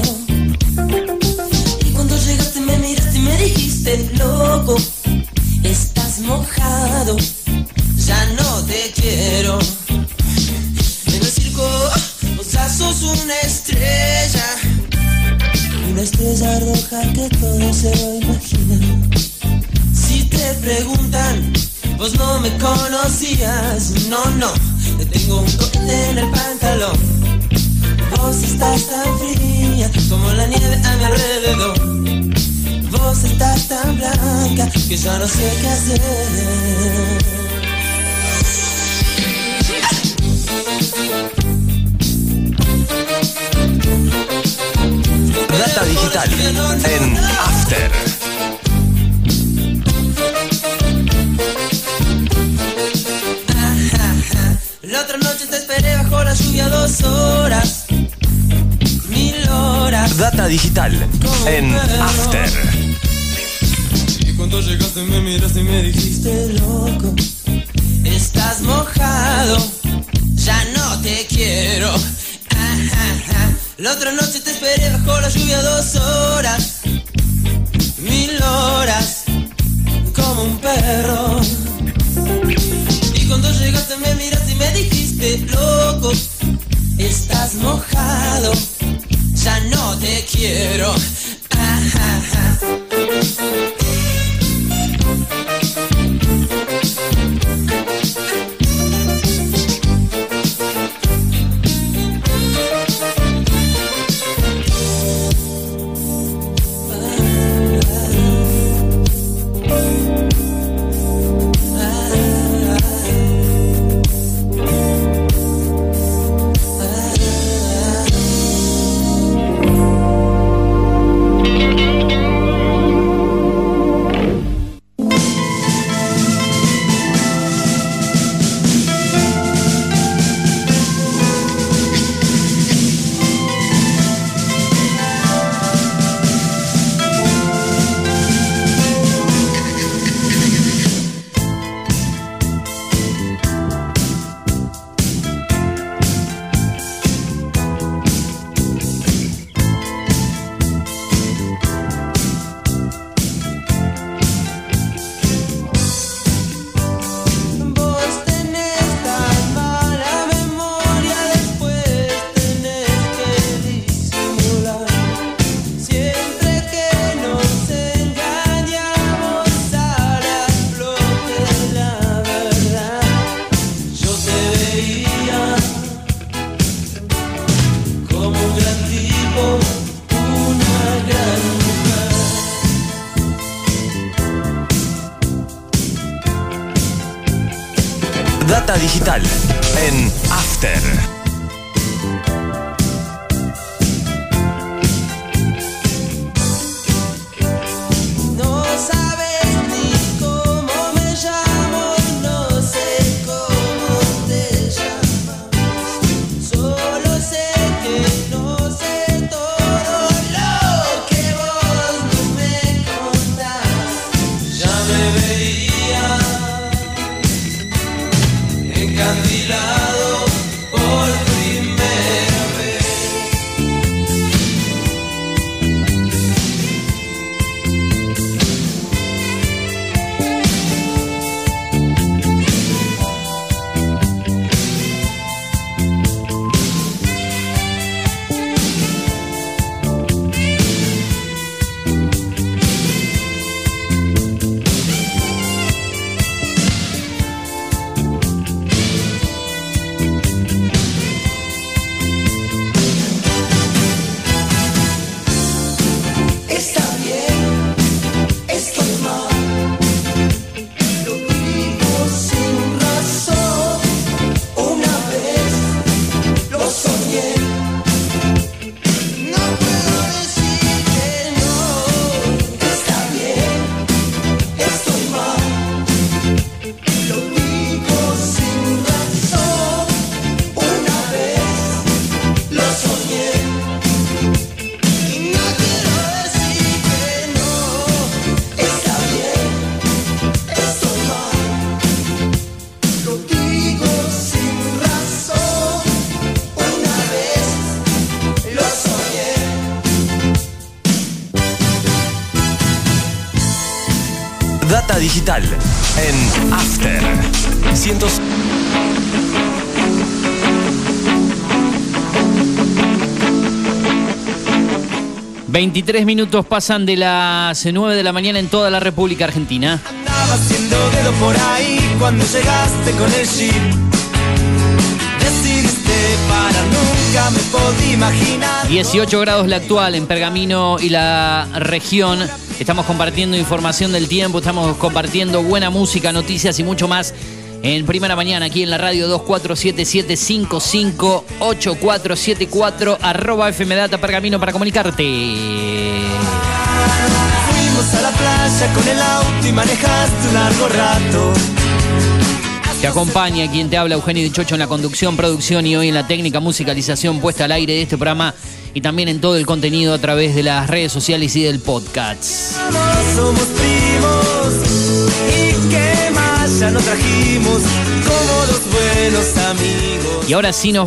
Y cuando llegaste me miraste y me dijiste, loco, estás mojado, ya no te quiero. En el circo vos ya sos una estrella, una estrella roja que todo se lo imagina. Si te preguntan, vos no me conocías, no, no, te tengo un cohete en el pantalón. Vos estás tan fría como la nieve a mi alrededor. Vos estás tan blanca que ya no sé qué hacer. Data digital en After. La otra noche te esperé bajo la lluvia dos horas, mil horas. Data digital en After. Y cuando llegaste me miraste y me dijiste, loco, estás mojado, ya no te quiero. La otra noche te esperé bajo la lluvia dos horas, mil horas, como un perro. Y cuando llegaste me miraste y me dijiste, loco, estás mojado, ya no te quiero. Data digital en After. No sabes ni cómo me llamo, no sé cómo te llamas. Solo sé que no sé todo lo que vos no me contás. Ya me veía encandilado por digital en After. Cientos... veintitrés minutos pasan de las nueve de la mañana en toda la República Argentina. Andaba haciendo dedo por ahí cuando llegaste con el jeep. Decidiste para nunca me podía imaginar. dieciocho grados la actual en Pergamino y la región. Estamos compartiendo información del tiempo, estamos compartiendo buena música, noticias y mucho más en Primera Mañana, aquí en la radio. Dos cuatro siete siete cinco cinco ocho cuatro siete cuatro, arroba F M Data Pergamino para comunicarte. Fuimos a la playa con el auto y manejaste un largo rato. Te acompaña quien te habla, Eugenio Dichocho, en la conducción, producción y hoy en la técnica, musicalización puesta al aire de este programa y también en todo el contenido a través de las redes sociales y del podcast. Somos primos y qué más ya nos trajimos como dos buenos amigos. Y ahora sí nos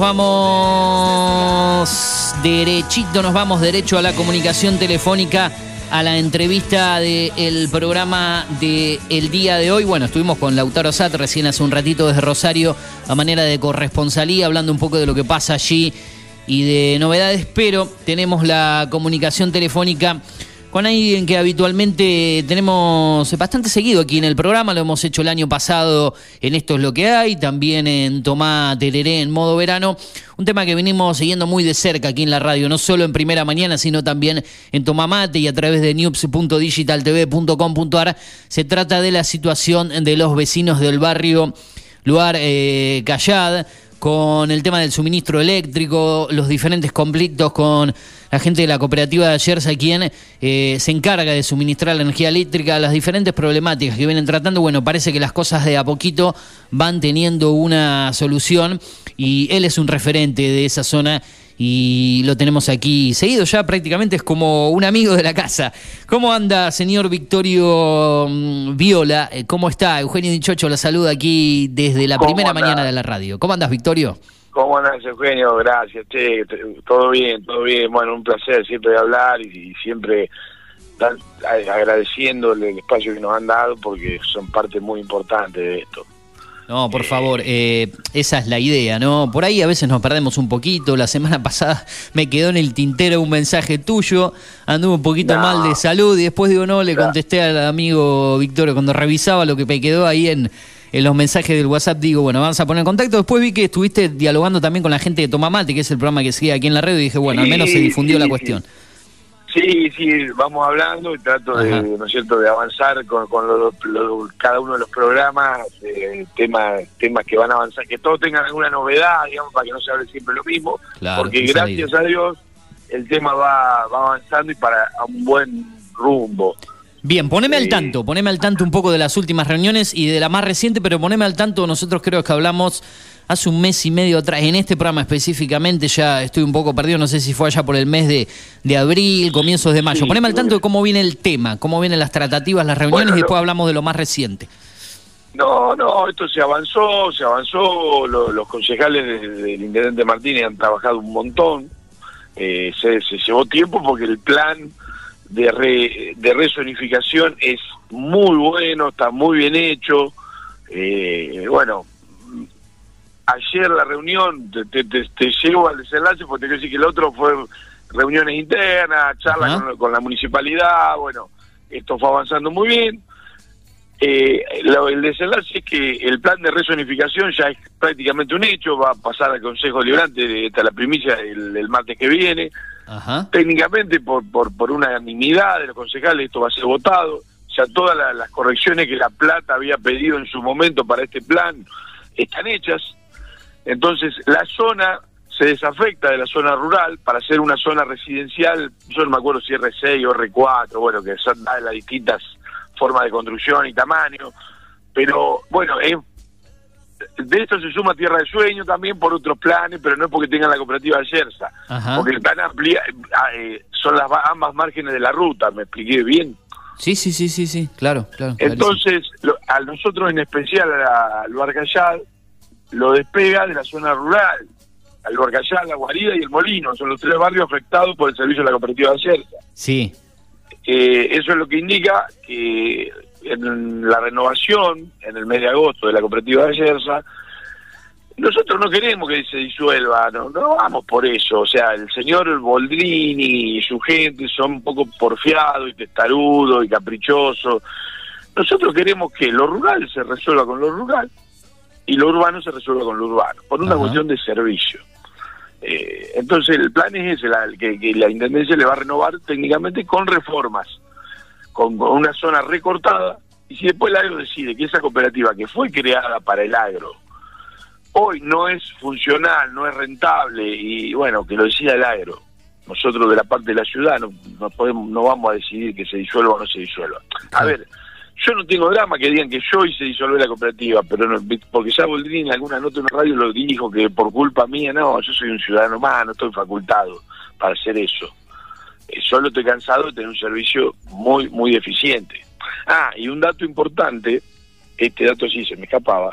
vamos derechito, nos vamos derecho a la comunicación telefónica, a la entrevista del programa del día de hoy. Bueno, estuvimos con Lautaro Sat recién hace un ratito desde Rosario a manera de corresponsalía, hablando un poco de lo que pasa allí y de novedades, pero tenemos la comunicación telefónica con alguien que habitualmente tenemos bastante seguido aquí en el programa. Lo hemos hecho el año pasado en Esto es lo que hay, también en Tomá Tereré en modo verano, un tema que venimos siguiendo muy de cerca aquí en la radio, no solo en Primera Mañana, sino también en Tomá Mate y a través de news punto digital t v punto com punto a r. Se trata de la situación de los vecinos del barrio Lugar eh, Callad, con el tema del suministro eléctrico, los diferentes conflictos con la gente de la cooperativa de Ayerza, quien eh, se encarga de suministrar la energía eléctrica, las diferentes problemáticas que vienen tratando. Bueno, parece que las cosas de a poquito van teniendo una solución y él es un referente de esa zona y lo tenemos aquí seguido, ya prácticamente es como un amigo de la casa. ¿Cómo anda, señor Victorio Viola? ¿Cómo está? Eugenio Dichocho la saluda aquí desde la Primera Mañana de la radio. ¿Cómo andas, Victorio? ¿Cómo andas, Eugenio? Gracias, che, todo bien, todo bien. Bueno, un placer siempre hablar y, y siempre dar, agradeciéndole el espacio que nos han dado porque son parte muy importante de esto. No, por favor, eh, esa es la idea, ¿no? Por ahí a veces nos perdemos un poquito. La semana pasada me quedó en el tintero un mensaje tuyo, anduve un poquito no. mal de salud y después digo, no, le contesté al amigo Victorio cuando revisaba lo que me quedó ahí en, en los mensajes del WhatsApp, digo, bueno, vamos a poner en contacto. Después vi que estuviste dialogando también con la gente de Tomá Mate, que es el programa que sigue aquí en la red, y dije, bueno, sí, al menos se difundió sí, la cuestión. Sí, sí, vamos hablando y trato de, ¿no es cierto?, de avanzar con, con lo, lo, cada uno de los programas, eh, temas temas que van a avanzar, que todos tengan alguna novedad, digamos, para que no se hable siempre lo mismo, claro, porque gracias a Dios el tema va, va avanzando y para un buen rumbo. Bien, poneme sí. al tanto, poneme al tanto un poco de las últimas reuniones y de la más reciente, pero poneme al tanto, nosotros creo que hablamos hace un mes y medio atrás, en este programa específicamente, ya estoy un poco perdido, no sé si fue allá por el mes de, de abril, comienzos de mayo. Sí, poneme al tanto de cómo viene el tema, cómo vienen las tratativas, las reuniones, bueno, y después lo... hablamos de lo más reciente. No, no, esto se avanzó, se avanzó, lo, los concejales del de intendente Martínez han trabajado un montón, eh, se, se llevó tiempo porque el plan de, re, de rezonificación es muy bueno, está muy bien hecho, eh, bueno... Ayer la reunión, te, te, te, te llevo al desenlace porque te quiero decir que el otro fue reuniones internas, charlas con, con la municipalidad, bueno, esto fue avanzando muy bien. Eh, lo, el desenlace es que el plan de rezonificación ya es prácticamente un hecho, va a pasar al Consejo Deliberante hasta la primicia el, el martes que viene. Ajá. Técnicamente, por, por, por unanimidad de los concejales, esto va a ser votado. Ya todas la, las correcciones que La Plata había pedido en su momento para este plan están hechas. Entonces, la zona se desafecta de la zona rural para ser una zona residencial, yo no me acuerdo si R seis o R cuatro, bueno, que son las distintas formas de construcción y tamaño, pero bueno, es, de esto se suma Tierra de Sueño también por otros planes, pero no es porque tengan la cooperativa de Ayerza, porque están amplia, eh, son las ambas márgenes de la ruta, ¿me expliqué bien? Sí, sí, sí, sí, sí, claro, claro. Entonces, lo, a nosotros en especial, al Lugar Callad, lo despega de la zona rural, al Lugar Callad, La Guarida y El Molino, son los tres barrios afectados por el servicio de la cooperativa de Ayerza. Sí. Eh, eso es lo que indica que en la renovación, en el mes de agosto, de la cooperativa de Yersa, nosotros no queremos que se disuelva, no, no vamos por eso. O sea, el señor Boldrini y su gente son un poco porfiados y testarudos y caprichosos. Nosotros queremos que lo rural se resuelva con lo rural y lo urbano se resuelva con lo urbano, por una Ajá. cuestión de servicio. Eh, entonces el plan es ese, la, que, que la Intendencia le va a renovar técnicamente con reformas, con, con una zona recortada, y si después el agro decide que esa cooperativa que fue creada para el agro hoy no es funcional, no es rentable, y bueno, que lo decida el agro. Nosotros de la parte de la ciudad no, no podemos, no vamos a decidir que se disuelva o no se disuelva. A ver, yo no tengo drama que digan que yo hice disolver la cooperativa, pero no, porque ya Boldrini en alguna nota en la radio lo dijo, que por culpa mía, no, yo soy un ciudadano más, no estoy facultado para hacer eso. Eh, solo estoy cansado de tener un servicio muy, muy eficiente. Ah, y un dato importante, este dato sí se me escapaba.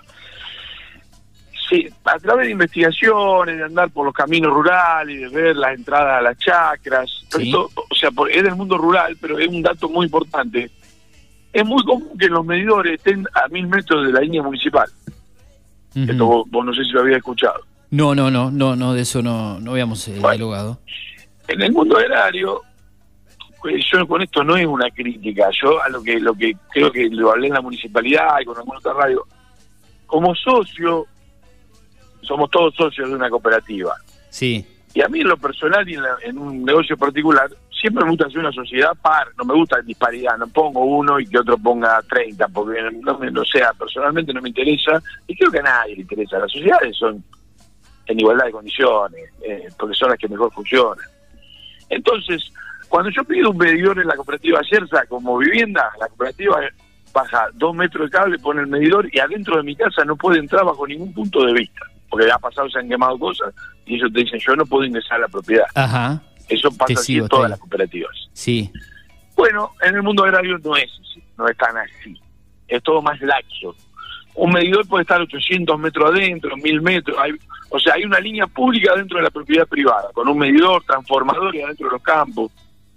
Sí, a través de investigaciones, de andar por los caminos rurales, de ver las entradas a las chacras, sí. esto, o sea, por, es del mundo rural, pero es un dato muy importante. Es muy común que los medidores estén a mil metros de la línea municipal. Uh-huh. Esto vos, vos no sé si lo habías escuchado. No, no, no, no, no, de eso no, no habíamos eh, bueno, dialogado. En el mundo agrario, pues yo con esto no es una crítica, yo a lo que lo que creo que lo hablé en la municipalidad y con alguna otra radio, como socio, somos todos socios de una cooperativa. Sí. Y a mí en lo personal y en, la, en un negocio particular, siempre me gusta hacer una sociedad par, no me gusta disparidad, no pongo uno y que otro ponga treinta, porque no me, o sea, personalmente no me interesa, y creo que a nadie le interesa. Las sociedades son en igualdad de condiciones, eh, porque son las que mejor funcionan. Entonces, cuando yo pido un medidor en la cooperativa Yersa como vivienda, la cooperativa baja dos metros de cable, pone el medidor y adentro de mi casa no puede entrar bajo ningún punto de vista, porque ha pasado, se han quemado cosas y ellos te dicen, yo no puedo ingresar a la propiedad. Ajá. Eso pasa así en todas las cooperativas. Sí. Bueno, en el mundo agrario no es así, no es tan así. Es todo más laxo. Un medidor puede estar ochocientos metros adentro, mil metros. Hay, o sea, hay una línea pública dentro de la propiedad privada, con un medidor, transformadores adentro de los campos.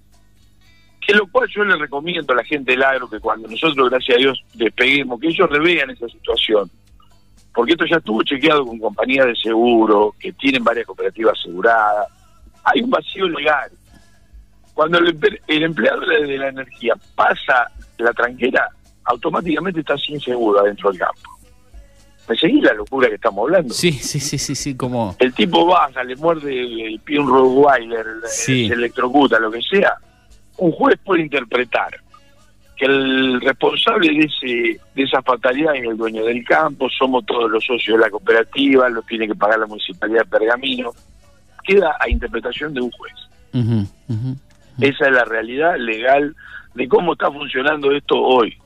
Que lo cual yo le recomiendo a la gente del agro que cuando nosotros, gracias a Dios, despeguemos, que ellos revean esa situación. Porque esto ya estuvo chequeado con compañías de seguro, que tienen varias cooperativas aseguradas. Hay un vacío legal. Cuando el, el empleado de la energía pasa la tranquera, automáticamente está sin seguro adentro del campo. ¿Me seguís la locura que estamos hablando? Sí, sí, sí, sí, sí, como... El tipo baja, le muerde el, el pie un Rottweiler, sí. se electrocuta, lo que sea. Un juez puede interpretar que el responsable de ese de esa fatalidad es el dueño del campo, somos todos los socios de la cooperativa, lo tiene que pagar la municipalidad de Pergamino. Queda a interpretación de un juez. Uh-huh, uh-huh, uh-huh. Esa es la realidad legal de cómo está funcionando esto hoy.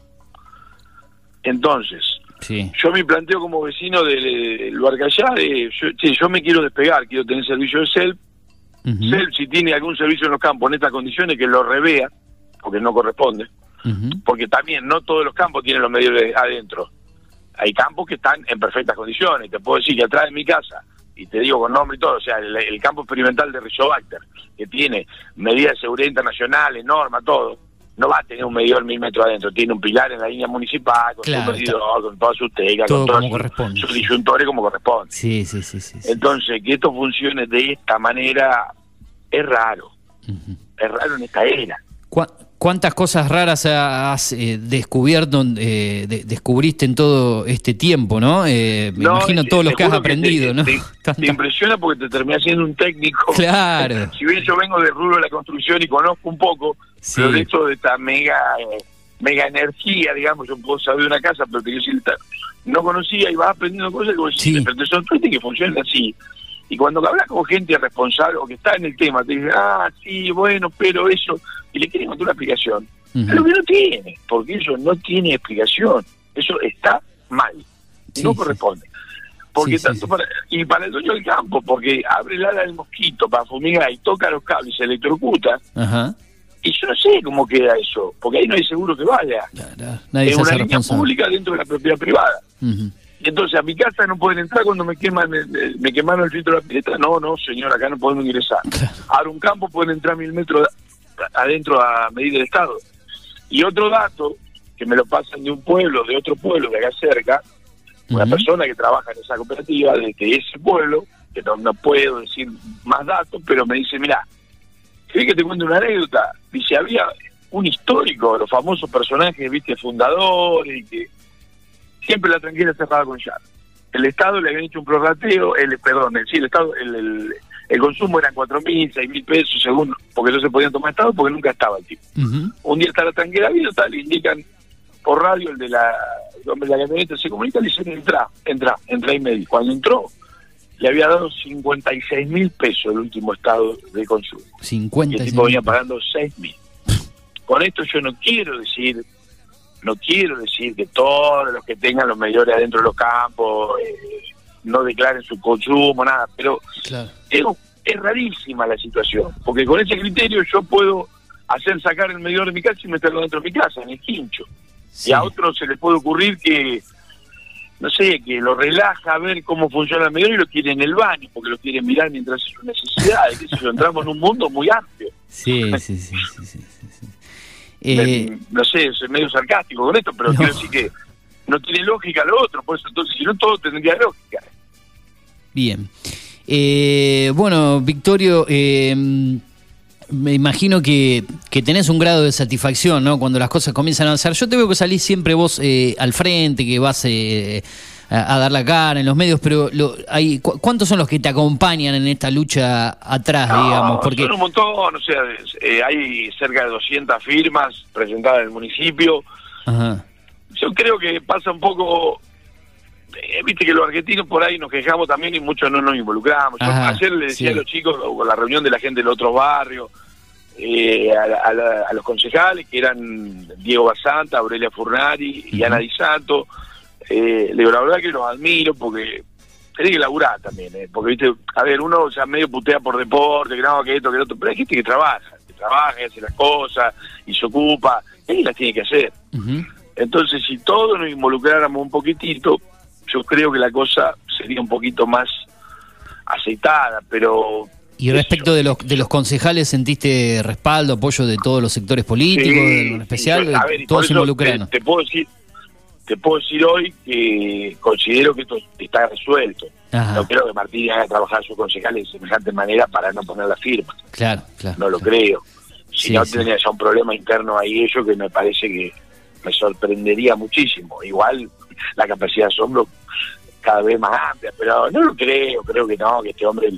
Entonces, sí. yo me planteo como vecino del Barcallá, de, yo, sí, yo me quiero despegar, quiero tener servicio de C E L P. Uh-huh. C E L P, si tiene algún servicio en los campos en estas condiciones, que lo revea, porque no corresponde. Uh-huh. Porque también no todos los campos tienen los medios de adentro. Hay campos que están en perfectas condiciones. Te puedo decir que atrás de mi casa, y te digo con nombre y todo, o sea, el, el campo experimental de Rizobacter, que tiene medidas de seguridad internacionales, normas, todo, no va a tener un medidor mil metros adentro, tiene un pilar en la línea municipal, con claro, su medidor, con todas sus teclas, con todos sus disyuntores como corresponde. Sí, sí, sí, sí, sí. Entonces, que esto funcione de esta manera es raro. Uh-huh. Es raro en esta era. ¿Cu- ¿Cuántas cosas raras has eh, descubierto, eh, de, descubriste en todo este tiempo, no? Eh, me no, imagino todos los que has aprendido, que te, ¿no? Te, te impresiona porque te terminas siendo un técnico. Claro. Si bien yo vengo del rubro de la construcción y conozco un poco, sí. pero de esto de esta mega eh, mega energía, digamos, yo puedo saber de una casa, pero te quiero decir, no conocía y vas aprendiendo cosas que vos sí. decís, pero te sorprende que funcione así. Y cuando hablas con gente responsable o que está en el tema, te dicen, ah, sí, bueno, pero eso... Y le quieren encontrar una explicación. Uh-huh. Pero que no tiene, porque eso no tiene explicación. Eso está mal. Sí, no corresponde. Sí. Porque sí, tanto sí, para... Y para el dueño del campo, porque abre el ala del mosquito para fumigar y toca los cables y se electrocuta. Uh-huh. Y yo no sé cómo queda eso, porque ahí no hay seguro que vaya. Claro, nadie es se una hace línea responsable. Pública dentro de la propiedad privada. Uh-huh. Entonces a mi casa no pueden entrar cuando me queman el, me quemaron el filtro de la pileta. No, no, señor, acá no podemos ingresar. Claro. Ahora un campo pueden entrar mil metros adentro a medir el estado. Y otro dato que me lo pasan de un pueblo, de otro pueblo, de acá cerca, una uh-huh. persona que trabaja en esa cooperativa, de que ese pueblo, que no, no puedo decir más datos, pero me dice, mira, ¿querés que te cuente una anécdota? Dice, había un histórico, los famosos personajes, viste, fundadores, y que siempre la tranquila cerrada con llave. El Estado le había hecho un prorrateo, el, perdón, el, sí, el Estado, el, el, el consumo eran cuatro mil, seis mil pesos según, porque no se podían tomar Estado porque nunca estaba el tipo. Uh-huh. Un día está la tranquera abierta, le indican por radio el de la, el hombre de la camioneta se comunica, le dicen entra, entra, entra y medio. Cuando entró, le había dado cincuenta y seis mil pesos el último estado de consumo. cincuenta y seis y el tipo venía pagando seis mil. Con esto yo no quiero decir, no quiero decir que todos los que tengan los medidores adentro de los campos eh, no declaren su consumo, nada, pero claro. es, es rarísima la situación, porque con ese criterio yo puedo hacer sacar el medidor de mi casa y meterlo dentro de mi casa, en el quincho. Sí. Y a otros se les puede ocurrir que, no sé, que lo relaja a ver cómo funciona el medidor y lo quiere en el baño, porque lo quiere mirar mientras hace sus necesidades. Que si entramos en un mundo muy amplio. Sí, sí, sí, sí, sí, sí. Eh, no sé, soy medio sarcástico con esto, pero no. quiero decir que no tiene lógica lo otro, por eso entonces si no todo tendría lógica. Bien. Eh, bueno, Victorio, eh, me imagino que, que tenés un grado de satisfacción, ¿no? Cuando las cosas comienzan a avanzar. Yo te veo que salís siempre vos eh, al frente, que vas eh, a, a dar la cara en los medios, pero lo, hay, ¿cu- ¿cuántos son los que te acompañan en esta lucha atrás, no, digamos? Porque son un montón, o sea, eh, hay cerca de doscientas firmas presentadas en el municipio. Ajá. Yo creo que pasa un poco... Eh, viste que los argentinos por ahí nos quejamos también y muchos no nos involucramos. Yo Ajá, ayer le decía sí. a los chicos, con la reunión de la gente del otro barrio, eh, a, a, la, a los concejales, que eran Diego Basanta, Aurelia Furnari y uh-huh. Ana Di Santo, eh, le digo, la verdad que los admiro porque tenés que laburar también, eh, porque viste, a ver, uno ya medio putea por deporte, que no, que esto, que lo otro, pero hay gente que trabaja, que trabaja y hace las cosas y se ocupa, y las tiene que hacer. Uh-huh. Entonces, si todos nos involucráramos un poquitito, yo creo que la cosa sería un poquito más aceitada, pero... Y respecto de los de los concejales, ¿sentiste respaldo, apoyo de todos los sectores políticos, sí, en especial? sí, a ver, todos se por eso involucraron. Te, te puedo decir, te puedo decir hoy que considero que esto está resuelto. Ajá. No creo que Martínez haga trabajar a sus concejales de semejante manera para no poner la firma. Claro, claro. No lo claro. creo. Si sí, no, sí. tendría ya un problema interno ahí ellos que me parece que me sorprendería muchísimo. Igual la capacidad de asombro cada vez más amplia, pero no lo creo, creo que no, que este hombre...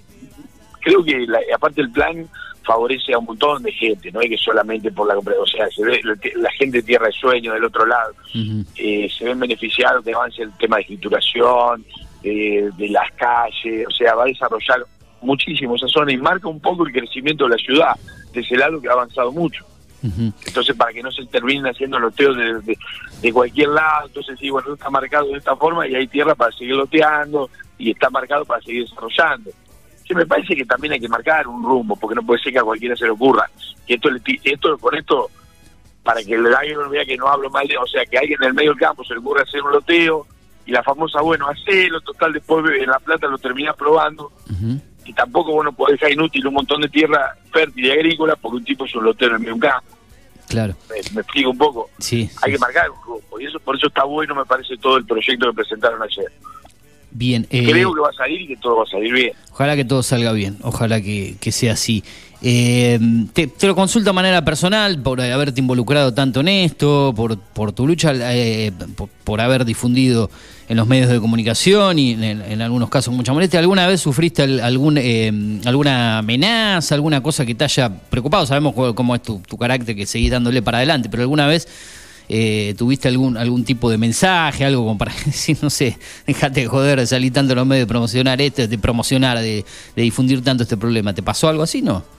Creo que la, aparte el plan favorece a un montón de gente, no es que solamente por la compra, o sea, se ve la gente de Tierra de Sueño del otro lado, uh-huh. eh, se ven beneficiados de avance el tema de escrituración, eh, de las calles, o sea, va a desarrollar muchísimo esa zona y marca un poco el crecimiento de la ciudad, de ese lado que ha avanzado mucho. Uh-huh. Entonces, para que no se terminen haciendo loteos de, de, de cualquier lado, entonces sí, bueno, está marcado de esta forma y hay tierra para seguir loteando y está marcado para seguir desarrollando. Sí, me parece que también hay que marcar un rumbo, porque no puede ser que a cualquiera se le ocurra. Que esto, esto con esto, para que el alguien no vea que no hablo mal de, o sea, que alguien en el medio del campo se le ocurra hacer un loteo y la famosa, bueno, hacelo, total, después en La Plata lo termina probando. Uh-huh. Y tampoco, bueno, podés dejar inútil un montón de tierra fértil y agrícola porque un tipo es un lotero en el medio de un campo. Claro. Me, me explico un poco. Sí. Hay sí, que marcar un rumbo. Y eso, por eso está bueno, me parece, todo el proyecto que presentaron ayer. Bien. Eh, Creo que va a salir y que todo va a salir bien. Ojalá que todo salga bien, ojalá que, que sea así. Eh, te, te lo consulto de manera personal, por haberte involucrado tanto en esto, por, por tu lucha, eh, por, por haber difundido en los medios de comunicación y en, en algunos casos mucha molestia. ¿Alguna vez sufriste algún, eh, alguna amenaza, alguna cosa que te haya preocupado? Sabemos cómo es tu, tu carácter, que seguís dándole para adelante, pero ¿alguna vez eh, tuviste algún algún tipo de mensaje, algo como para decir, no sé, dejate de joder, de salir tanto en los medios de promocionar esto, de promocionar, de, de difundir tanto este problema? ¿Te pasó algo así, no?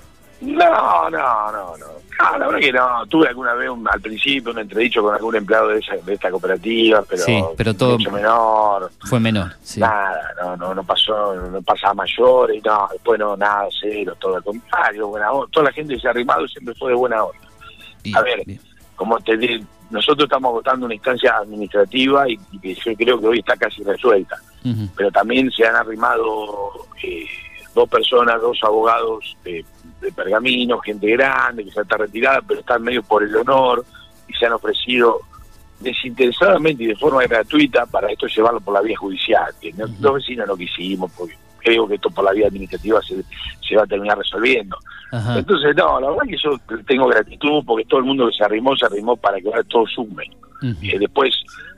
No, no, no, no. Ah, la verdad que no. Tuve alguna vez un, al principio un entredicho con algún empleado de, esa, de esta cooperativa, pero, sí, pero todo mucho menor. Fue menor, sí. Nada, no, no, no pasó, no pasaba mayores, no, después no, nada, cero, todo al contrario, buena onda. Toda la gente que se ha arrimado siempre fue de buena onda. Bien, a ver, bien. Como te digo, nosotros estamos votando una instancia administrativa y, y que yo creo que hoy está casi resuelta, uh-huh. pero también se han arrimado eh, dos personas, dos abogados de, de Pergamino, gente grande que ya está retirada, pero están medio por el honor, y se han ofrecido desinteresadamente y de forma gratuita para esto llevarlo por la vía judicial, que uh-huh. los vecinos no quisimos, porque creo que esto por la vía administrativa se, se va a terminar resolviendo. Uh-huh. Entonces, no, la verdad que yo tengo gratitud, porque todo el mundo que se arrimó, se arrimó para que ahora todo sume. Uh-huh. Eh, después,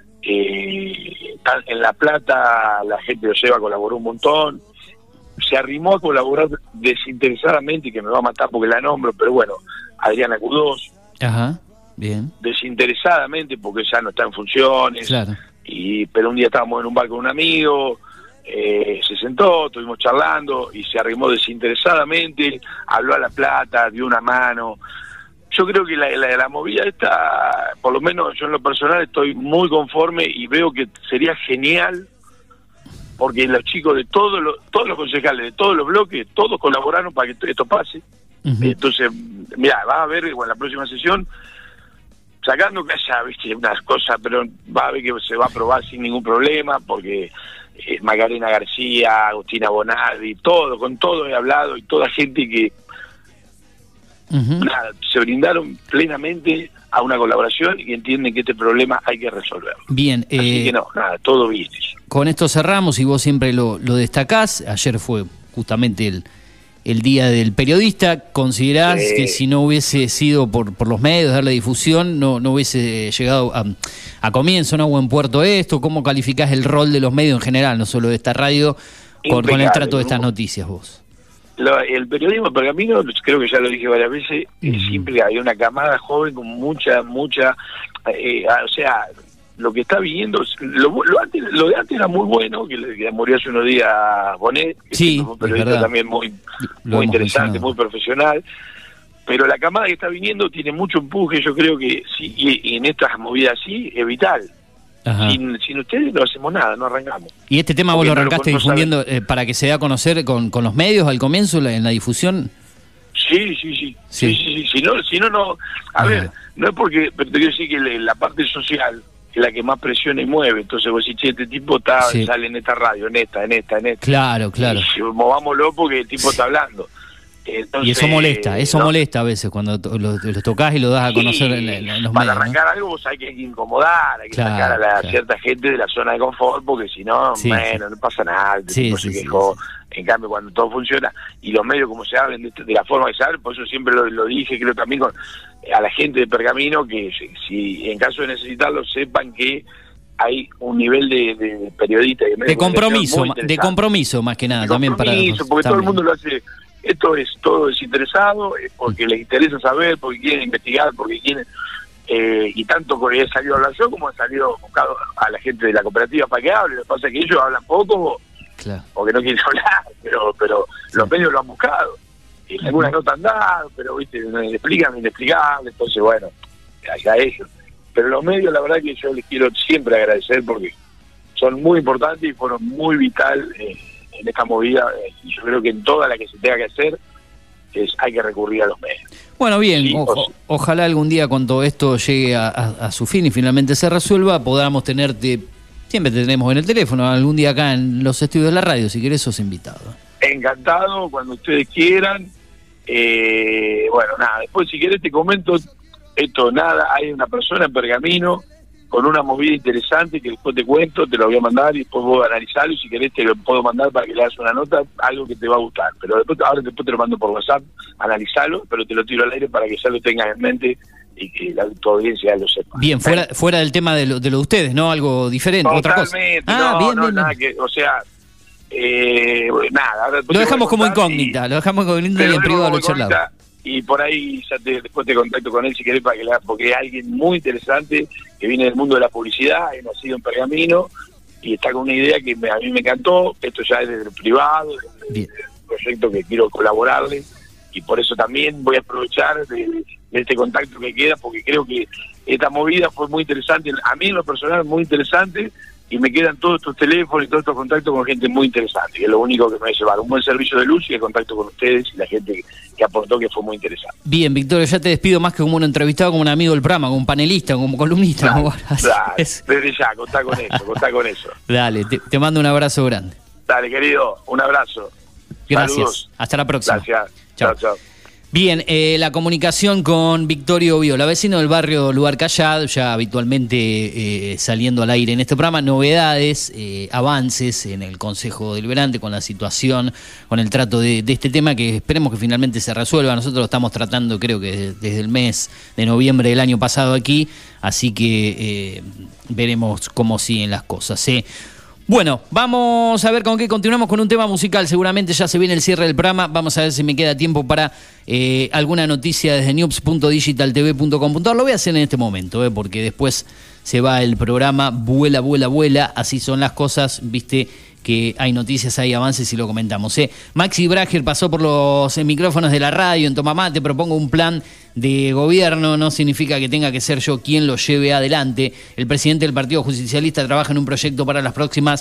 eh, en La Plata, la gente lo lleva, colaboró un montón, se arrimó a colaborar desinteresadamente, que me va a matar porque la nombro, pero bueno, Adriana Cudós. Ajá, bien. Desinteresadamente, porque ya no está en funciones. Claro. Y, pero un día estábamos en un bar con un amigo, eh, se sentó, estuvimos charlando y se arrimó desinteresadamente, habló a La Plata, dio una mano. Yo creo que la, la, la movida esta, por lo menos yo en lo personal estoy muy conforme y veo que sería genial, porque los chicos de todos los, todos los concejales de todos los bloques, todos colaboraron para que esto pase. Uh-huh. Entonces, mira, va a haber en la próxima sesión, sacando que haya, viste, unas cosas, pero va a ver que se va a aprobar sin ningún problema, porque eh, Macarena García, Agustina Bonardi, todo, con todo he hablado, y toda gente que uh-huh. nada, se brindaron plenamente a una colaboración y entienden que este problema hay que resolverlo. Bien. Así eh, que no, nada, todo bien. Con esto cerramos y vos siempre lo, lo destacás. Ayer fue justamente el, el Día del Periodista. ¿Considerás sí. que si no hubiese sido por, por los medios, darle difusión, no, no hubiese llegado a, a comienzo, no a buen puerto esto? ¿Cómo calificás el rol de los medios en general, no solo de esta radio, con, con el trato de estas noticias vos? Lo, el periodismo pergamino, creo que ya lo dije varias veces, mm. es siempre hay una camada joven con mucha, mucha, eh, o sea, lo que está viniendo, lo, lo, antes, lo de antes era muy bueno, que, que murió hace unos días Bonet, que sí, fue un periodista también muy, muy interesante, muy profesional, pero la camada que está viniendo tiene mucho empuje, yo creo que sí, y, y en estas movidas así, es vital. Sin, sin ustedes no hacemos nada, no arrancamos. ¿Y este tema vos lo arrancaste no difundiendo eh, para que se dé a conocer con, con los medios al comienzo, la, en la difusión? Sí, sí, sí. Sí, sí, sí. sí. Si no, si no, no. A Ajá. ver, no es porque, pero te quiero decir que la parte social es la que más presiona y mueve. Entonces vos decís, che, este tipo está, sí. sale en esta radio, en esta, en esta, en esta. Claro, claro. Y movámoslo porque el tipo está hablando. Entonces, y eso molesta, eso ¿no? molesta a veces cuando to, lo, lo tocas y lo das a conocer sí, en, en los para medios. Para arrancar ¿no? algo vos hay que incomodar, hay que claro, sacar a la, claro. cierta gente de la zona de confort, porque si no, sí, bueno, sí. no pasa nada, el sí, tipo sí, se quejó. Sí, sí. En cambio, cuando todo funciona, y los medios como se hablan de, de la forma que se hablan, por eso siempre lo, lo dije, creo también con, a la gente de Pergamino, que si, si en caso de necesitarlo, sepan que hay un nivel de, de periodista y de, de compromiso, de compromiso más que nada, de también para porque también. Todo el mundo lo hace. Esto es todo desinteresado, porque les interesa saber, porque quieren investigar, porque quieren, eh, y tanto que he salido a hablar yo como he salido buscado a la gente de la cooperativa para que hable. Lo que pasa es que ellos hablan poco, claro. porque no quieren hablar, pero pero sí. los medios lo han buscado. Y algunas no han dado, pero viste, me explican inexplicable, entonces bueno, a ellos. Pero los medios, la verdad que yo les quiero siempre agradecer porque son muy importantes y fueron muy vital eh, en esta movida, eh, y yo creo que en toda la que se tenga que hacer es hay que recurrir a los medios. Bueno, bien, sí, o, o, ojalá algún día cuando esto llegue a, a, a su fin y finalmente se resuelva, podamos tenerte, siempre te tenemos en el teléfono, algún día acá en los estudios de la radio, si querés sos invitado. Encantado, cuando ustedes quieran. Eh, bueno, nada, después si querés te comento, esto nada, hay una persona en Pergamino con una movida interesante que después te cuento, te lo voy a mandar y después vos analizarlo, y si querés te lo puedo mandar para que le hagas una nota, algo que te va a gustar, pero después ahora después te lo mando por WhatsApp, analizalo, pero te lo tiro al aire para que ya lo tengas en mente y que la, tu audiencia lo sepa. Bien, fuera ¿Eh? fuera del tema de lo de, lo de ustedes, ¿no? Algo diferente, otra cosa. Ah, no, bien, no, bien, nada bien. Que, o sea, eh, nada. Ahora lo dejamos como incógnita, y, lo dejamos como incógnita y en privado lo charlamos. Y por ahí ya te, después te contacto con él si querés, para que la, porque es alguien muy interesante que viene del mundo de la publicidad, es nacido en Pergamino y está con una idea que me, a mí me encantó. Esto ya es desde el privado, desde el proyecto que quiero colaborarle, y por eso también voy a aprovechar de, de este contacto que queda, porque creo que esta movida fue muy interesante, a mí en lo personal muy interesante, y me quedan todos estos teléfonos y todos estos contactos con gente muy interesante, que es lo único que me va a llevar, un buen servicio de luz y el contacto con ustedes y la gente que, que aportó, que fue muy interesante. Bien, Victorio, ya te despido más que como un entrevistado, como un amigo del programa, como un panelista, como columnista. Dale, como... dale, desde ya, contá con eso, contá con eso. Dale, te, te mando un abrazo grande. Dale, querido, un abrazo. Gracias, Saludos. Hasta la próxima. Gracias, chao, chao. Bien, eh, la comunicación con Victorio Viola, vecino del barrio Lugar Callado, ya habitualmente eh, saliendo al aire en este programa, novedades, eh, avances en el Consejo Deliberante con la situación, con el trato de, de este tema que esperemos que finalmente se resuelva. Nosotros lo estamos tratando creo que desde el mes de noviembre del año pasado aquí, así que eh, veremos cómo siguen las cosas, ¿eh? Bueno, vamos a ver con qué continuamos con un tema musical. Seguramente ya se viene el cierre del programa. Vamos a ver si me queda tiempo para eh, alguna noticia desde news punto digital t v punto com punto a r. Lo voy a hacer en este momento, eh, porque después se va el programa. Vuela, vuela, vuela. Así son las cosas, viste, que hay noticias, hay avances y lo comentamos, ¿eh? Maxi Brager pasó por los micrófonos de la radio en Tomamá. Te propongo un plan de gobierno, no significa que tenga que ser yo quien lo lleve adelante. El presidente del Partido Justicialista trabaja en un proyecto para las próximas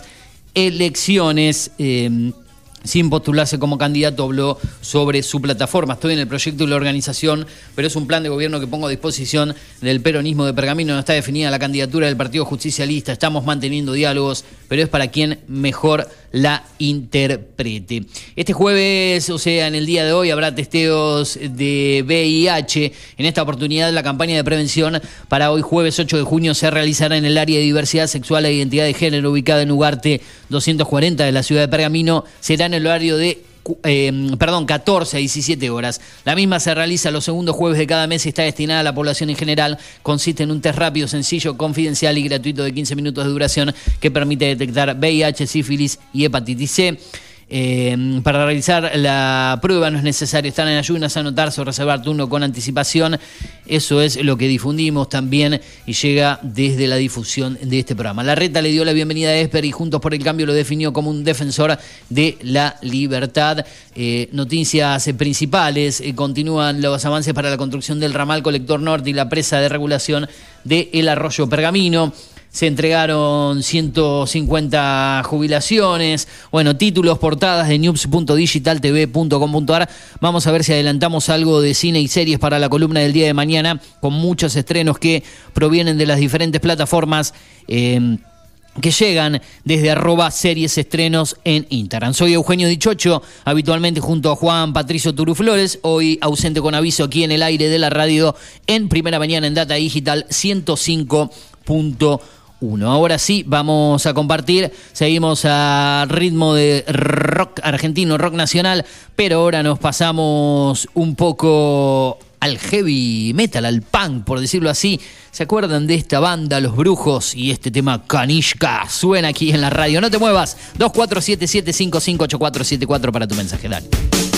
elecciones. Eh, sin postularse como candidato, habló sobre su plataforma. Estoy en el proyecto y la organización, pero es un plan de gobierno que pongo a disposición del peronismo de Pergamino. No está definida la candidatura del Partido Justicialista, estamos manteniendo diálogos, pero es para quien mejor la interprete. Este jueves, o sea, en el día de hoy, habrá testeos de V I H. En esta oportunidad, la campaña de prevención para hoy jueves ocho de junio se realizará en el área de diversidad sexual e identidad de género, ubicada en Ugarte doscientos cuarenta de la ciudad de Pergamino. Será en el horario de Eh, perdón, catorce a diecisiete horas. La misma se realiza los segundos jueves de cada mes y está destinada a la población en general. Consiste en un test rápido, sencillo, confidencial y gratuito de quince minutos de duración que permite detectar V I H, sífilis y hepatitis C. Eh, para realizar la prueba no es necesario estar en ayunas, anotarse o reservar turno con anticipación. Eso es lo que difundimos también y llega desde la difusión de este programa. La Reta le dio la bienvenida a Esper y Juntos por el Cambio lo definió como un defensor de la libertad. Eh, noticias principales, eh, continúan los avances para la construcción del ramal colector norte y la presa de regulación de El Arroyo Pergamino. Se entregaron ciento cincuenta jubilaciones, bueno, títulos, portadas de news punto digital t v punto com punto a r. Vamos a ver si adelantamos algo de cine y series para la columna del día de mañana, con muchos estrenos que provienen de las diferentes plataformas eh, que llegan desde arroba series estrenos en Instagram. Soy Eugenio Dichocho, habitualmente junto a Juan Patricio Turuflores, hoy ausente con aviso aquí en el aire de la radio en Primera Mañana en Data Digital ciento cinco punto uno. Ahora sí, vamos a compartir, seguimos a ritmo de rock argentino, rock nacional, pero ahora nos pasamos un poco al heavy metal, al punk, por decirlo así. ¿Se acuerdan de esta banda, Los Brujos? Y este tema Kanishka suena aquí en la radio. No te muevas, dos cuatro siete siete cinco cinco ocho cuatro siete cuatro para tu mensaje, dale.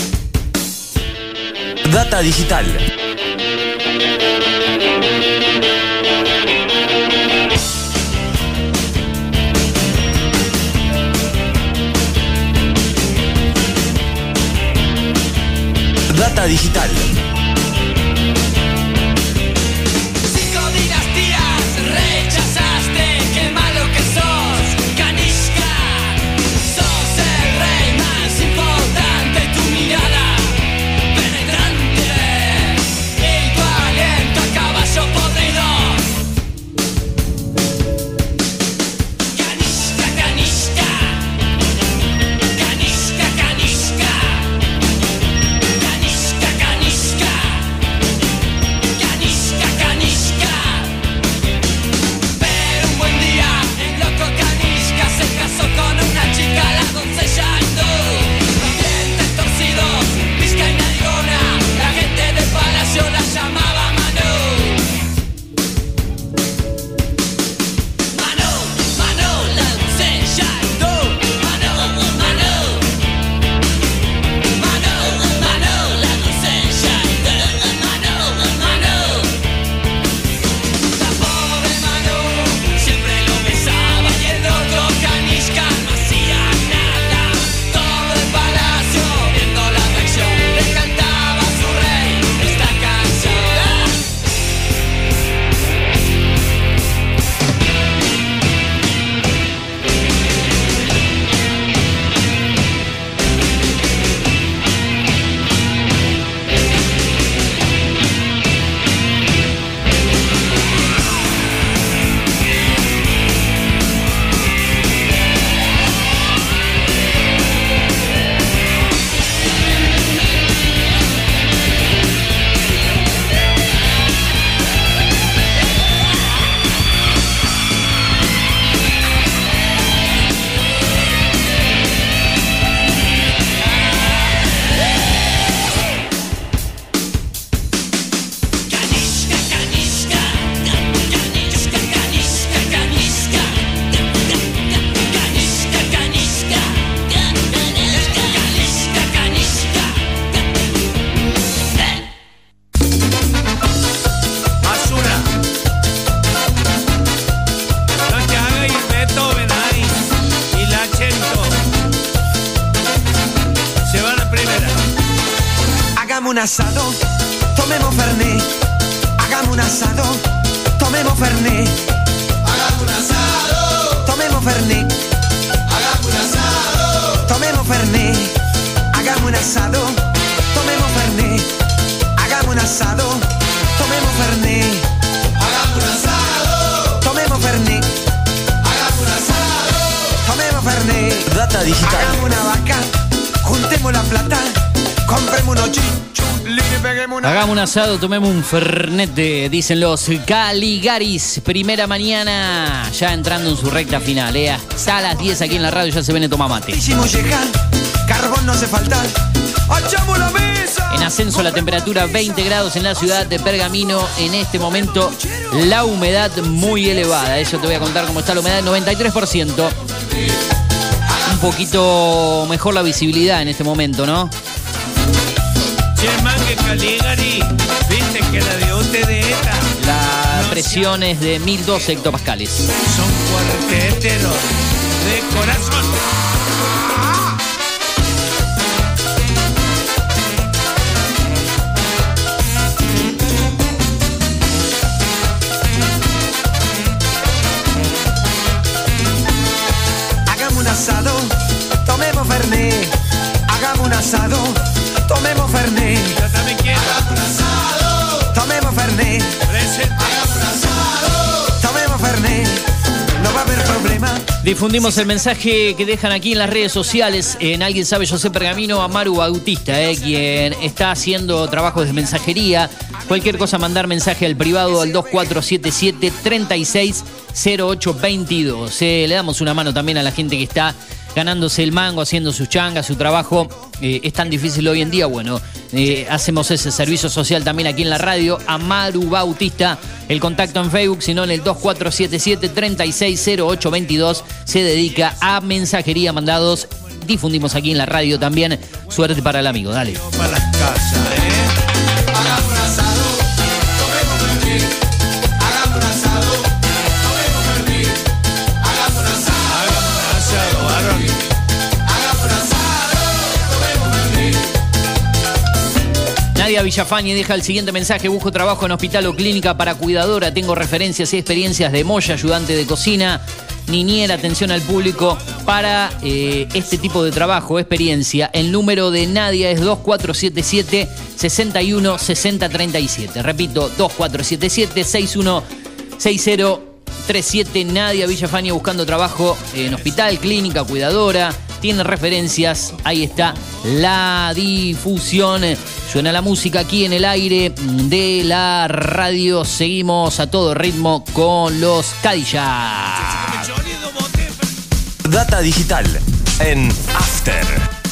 Data Digital. Data Digital. Cinco dinastías rechazaste, qué malo que sos, Kanishka. Sos el rey más importante, tu mirada penetrante y tu aliento a caballo podrido. Kanishka, Kanishka, Kanishka, Kanishka. Kanishka, Hagamos un asado, tomemos fernet. Hagamos un asado, tomemos fernet. Hagamos un asado, tomemos fernet. Hagamos un asado, tomemos fernet. Hagamos un asado, tomemos fernet. Hagamos un asado, tomemos fernet. Hagamos un asado, tomemos fernet. Hagamos un asado, tomemos fernet. Data digital. Hagamos una vaca, juntemos la plata, compremos unos chinchulines y peguemos una... Hagamos un asado, tomemos un fernet, dicen los Caligaris. Primera mañana, ya entrando en su recta final. Eh. Hasta las diez aquí en la radio ya se viene tomar mate. Hicimos llegar, carbón no hace falta. ¡Echamos la mesa! En ascenso la temperatura veinte grados en la ciudad de Pergamino. En este momento la humedad muy elevada. Eso te voy a contar cómo está la humedad, noventa y tres por ciento. Un poquito mejor la visibilidad en este momento, ¿no? Che, man, que Caligari, viste que la de U T D esta. La presión es de mil dos hectopascales. Son cuarteteros de corazón. Hagamos un asado, tomemos fernet. Hagamos un asado, tomemos fernet. Yo también quiero. Hagamos un asado, tomemos fernet. Presente. Hagamos un asado, tomemos fernet. No va a haber problema. Difundimos el mensaje que dejan aquí en las redes sociales. En Alguien Sabe José Pergamino, a Maru Bautista, eh, quien está haciendo trabajos de mensajería. Cualquier cosa, mandar mensaje al privado al dos cuatro siete siete, tres seis cero ocho dos dos. Eh, le damos una mano también a la gente que está ganándose el mango, haciendo sus changas, su trabajo. Eh, es tan difícil hoy en día. Bueno, eh, hacemos ese servicio social también aquí en la radio. Amaru Bautista, el contacto en Facebook, sino en el dos cuatro siete siete, tres seis cero ocho dos dos. Se dedica a mensajería, mandados. Difundimos aquí en la radio también. Suerte para el amigo, dale. Para las casas, ¿eh? Hagamos un asado, tomemos fernet. Hagamos un asado, tomemos fernet. Hagamos un asado, Hagamos un asado, varón. hagamos un asado, tomemos fernet. Nadia Villafañe deja el siguiente mensaje. Busco trabajo en hospital o clínica para cuidadora. Tengo referencias y experiencias de moya, ayudante de cocina, niñera, atención al público para eh, este tipo de trabajo, experiencia. El número de Nadia es dos cuatro siete siete, seis uno seis cero tres siete. Repito, dos cuatro siete siete, seis uno seis cero tres siete. Nadia Villafañe buscando trabajo en hospital, clínica, cuidadora. Tiene referencias, ahí está la difusión. Suena la música aquí en el aire de la radio. Seguimos a todo ritmo con los Cadillacs. Data digital en After.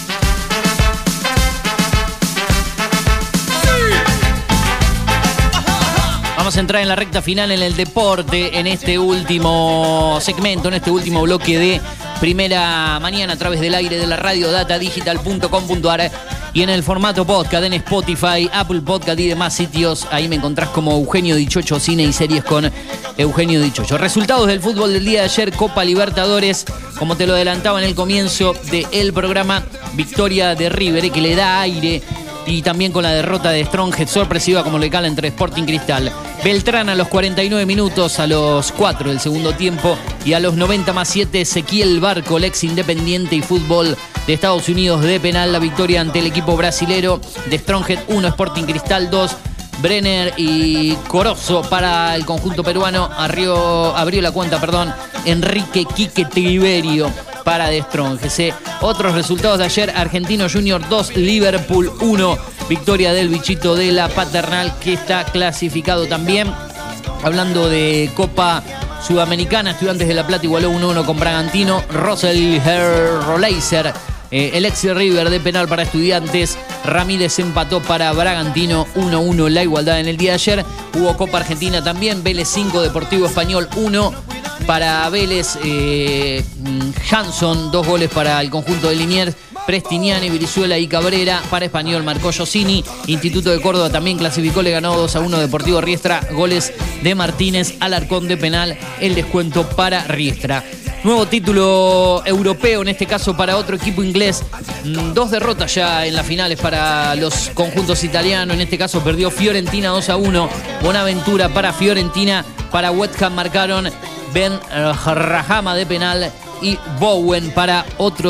Vamos a entrar en la recta final en el deporte, en este último segmento, en este último bloque de Primera Mañana a través del aire de la radio, data digital punto com punto a r y en el formato podcast en Spotify, Apple Podcast y demás sitios. Ahí me encontrás como Eugenio Dichocho, cine y series con Eugenio Dichocho. Resultados del fútbol del día de ayer, Copa Libertadores, como te lo adelantaba en el comienzo del programa, victoria de River, eh, que le da aire. Y también con la derrota de Stronghead, sorpresiva como le cala entre Sporting Cristal. Beltrán a los cuarenta y nueve minutos, a los cuatro del segundo tiempo. Y a los noventa más siete, Ezequiel Barco, el ex Independiente y Fútbol de Estados Unidos, de penal. La victoria ante el equipo brasilero de Stronghead, uno, Sporting Cristal, dos. Brenner y Corozo para el conjunto peruano. Abrió, abrió la cuenta, perdón, Enrique Quique Triverio para de Stronghead. Otros resultados de ayer: Argentino Junior dos, Liverpool uno. Victoria del bichito de la Paternal, que está clasificado también. Hablando de Copa Sudamericana, Estudiantes de La Plata igualó uno uno con Bragantino. Russell Roleiser, eh, el ex River, de penal para Estudiantes. Ramírez empató para Bragantino, uno uno la igualdad en el día de ayer. Hubo Copa Argentina también, Vélez cinco, Deportivo Español uno. Para Vélez, eh, Hanson, dos goles para el conjunto de Liniers. Prestiniani, Brizuela y Cabrera. Para Español marcó Josini. Instituto de Córdoba también clasificó, le ganó dos a uno Deportivo Riestra. Goles de Martínez, Alarcón de penal, el descuento para Riestra. Nuevo título europeo, en este caso para otro equipo inglés. Dos derrotas ya en las finales para los conjuntos italianos. En este caso perdió Fiorentina dos a uno. Bonaventura para Fiorentina. Para West Ham marcaron Ben Rahama de penal y Bowen para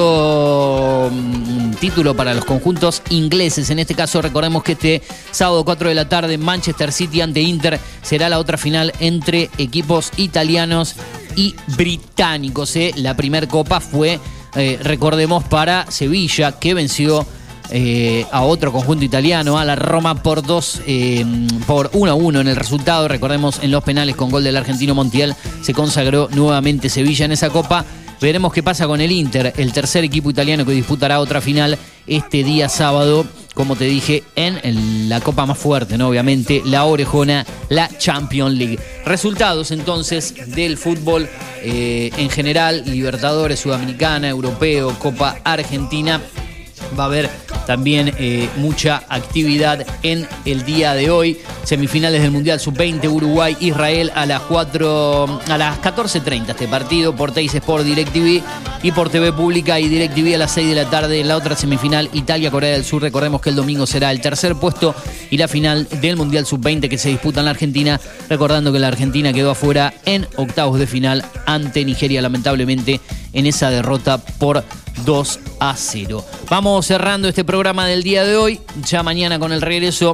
otro um, título para los conjuntos ingleses. En este caso recordemos que este sábado cuatro de la tarde Manchester City ante Inter será la otra final entre equipos italianos y británicos. ¿eh? La primer copa fue, eh, recordemos, para Sevilla, que venció eh, a otro conjunto italiano, a la Roma, por dos, eh, por uno a uno en el resultado. Recordemos, en los penales con gol del argentino Montiel se consagró nuevamente Sevilla en esa copa. Veremos qué pasa con el Inter, el tercer equipo italiano que disputará otra final este día sábado, como te dije, en, en la copa más fuerte, ¿no? Obviamente, la orejona, la Champions League. Resultados entonces del fútbol eh, en general, Libertadores, Sudamericana, Europeo, Copa Argentina. Va a haber también eh, mucha actividad en el día de hoy. Semifinales del Mundial sub veinte, Uruguay, Israel a las cuatro, a las catorce treinta este partido por Teis Sport, DirecTV, y por T V Pública y DirecTV a las seis de la tarde en la otra semifinal, Italia, Corea del Sur. Recordemos que el domingo será el tercer puesto y la final del Mundial sub veinte que se disputa en la Argentina, recordando que la Argentina quedó afuera en octavos de final ante Nigeria, lamentablemente, en esa derrota por dos a cero. Vamos cerrando este programa del día de hoy, ya mañana con el regreso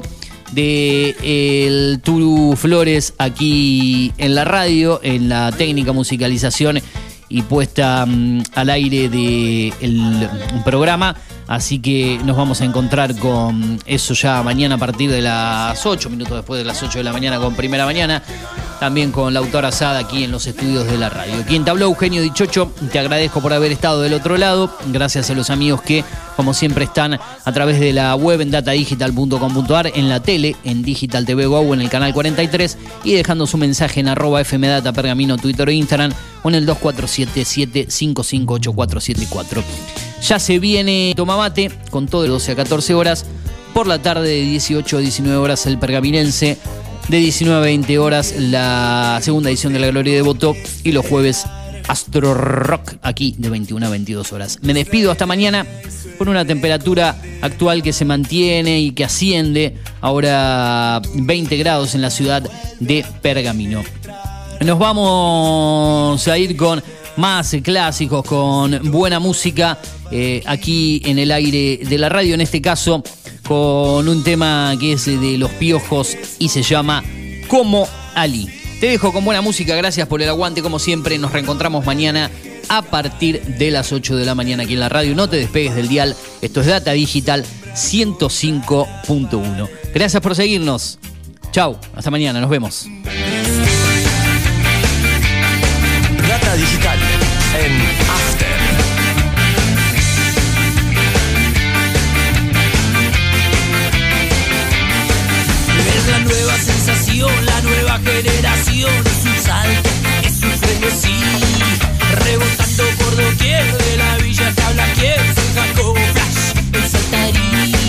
de el Turu Flores aquí en la radio, en la técnica, musicalización y puesta um, al aire del programa. Así que nos vamos a encontrar con eso ya mañana a partir de las ocho, minutos después de las ocho de la mañana, con Primera Mañana. También con la autora Asada aquí en los estudios de la radio. Quien te habló, Eugenio Dichocho, te agradezco por haber estado del otro lado. Gracias a los amigos que, como siempre, están a través de la web en data digital punto com punto a r, en la tele, en Digital T V Go, en el canal cuarenta y tres, y dejando su mensaje en arroba fmdata, Pergamino, Twitter e Instagram, o en el dos cuatro siete, siete cinco cinco, ocho cuatro siete cuatro. Ya se viene Tomamate con todo de doce a catorce horas. Por la tarde de dieciocho a diecinueve horas el Pergaminense. De diecinueve a veinte horas la segunda edición de La Gloria y Devoto. Y los jueves Astro Rock aquí de veintiuna a veintidós horas. Me despido hasta mañana con una temperatura actual que se mantiene y que asciende. Ahora veinte grados en la ciudad de Pergamino. Nos vamos a ir con más clásicos, con buena música eh, aquí en el aire de la radio, en este caso con un tema que es de Los Piojos y se llama Como Ali. Te dejo con buena música, gracias por el aguante como siempre. Nos reencontramos mañana a partir de las ocho de la mañana aquí en la radio. No te despegues del dial, esto es Data Digital ciento cinco punto uno. Gracias por seguirnos. Chau, hasta mañana, nos vemos. Data Digital en After. Es la nueva sensación, la nueva generación. Es un salto, es un frenesí. Rebotando por doquier de la villa que habla quien se Jacobo Flash, el saltarí.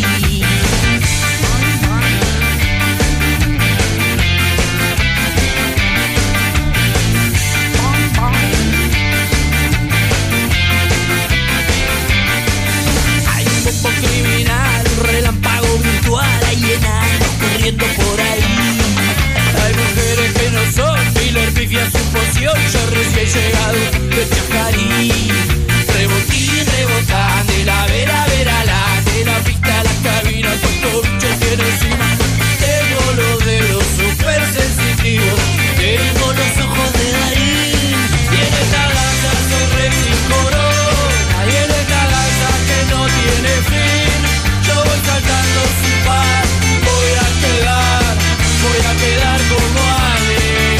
Criminal, un relámpago virtual, hay enanos corriendo por ahí. Hay mujeres que no son Miller, pifia su poción. Yo recién llegado de Chajarí. Rebotín, rebotan de la vera, vera, la de la pista a la cabina. Cuánto bicho tiene encima. Tengo los dedos súper sensitivos. Tengo los ojos de Darín. Y en esta danza soy re sin corona. Y en esta danza que no tiene fin. Yo voy saltando sin par. Voy a quedar, voy a quedar como Ale.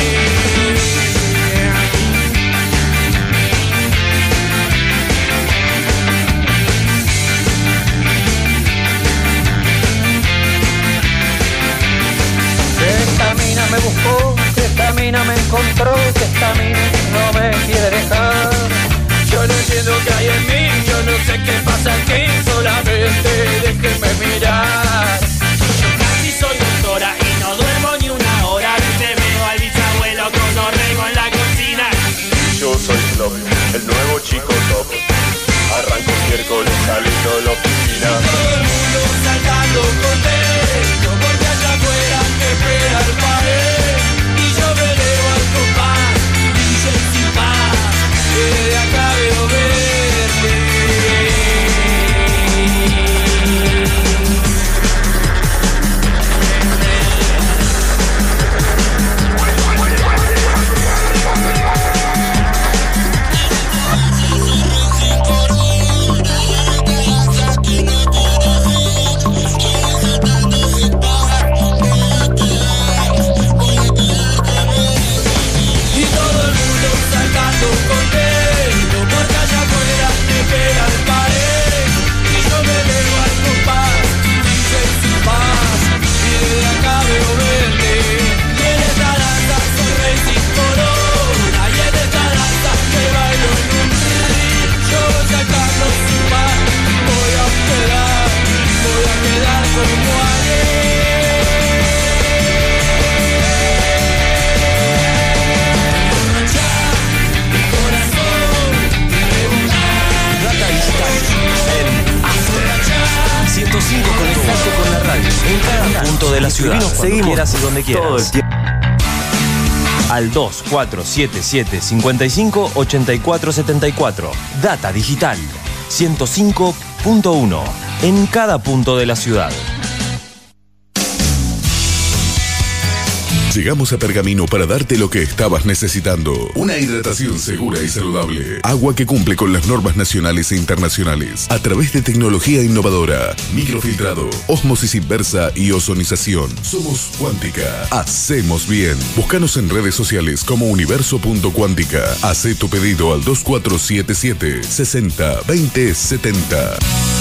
Que esta mina me buscó, que esta mina me encontró, que esta mina no me quiere dejar. Yo no entiendo qué hay en mí, yo no sé qué pasa aquí, solamente déjenme mirar. Yo casi soy doctora y no duermo ni una hora. Te veo al bisabuelo con orrego en la cocina. Yo soy Flavio, el ciudad. Escribinos cuando Seguimos quieras y donde quieras. todo el tiempo. Al dos cuatro siete siete, cinco cinco, ocho cuatro siete cuatro. Data Digital ciento cinco punto uno. En cada punto de la ciudad. Llegamos a Pergamino para darte lo que estabas necesitando. Una hidratación segura y saludable. Agua que cumple con las normas nacionales e internacionales. A través de tecnología innovadora. Microfiltrado, ósmosis inversa y ozonización. Somos Cuántica. Hacemos bien. Búscanos en redes sociales como universo punto cuántica. Hacé tu pedido al dos cuatro siete siete, sesenta, veinte, setenta.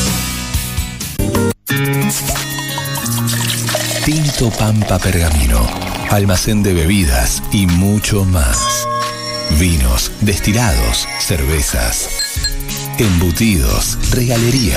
Tinto Pampa Pergamino, almacén de bebidas y mucho más. Vinos, destilados, cervezas, embutidos, regalería.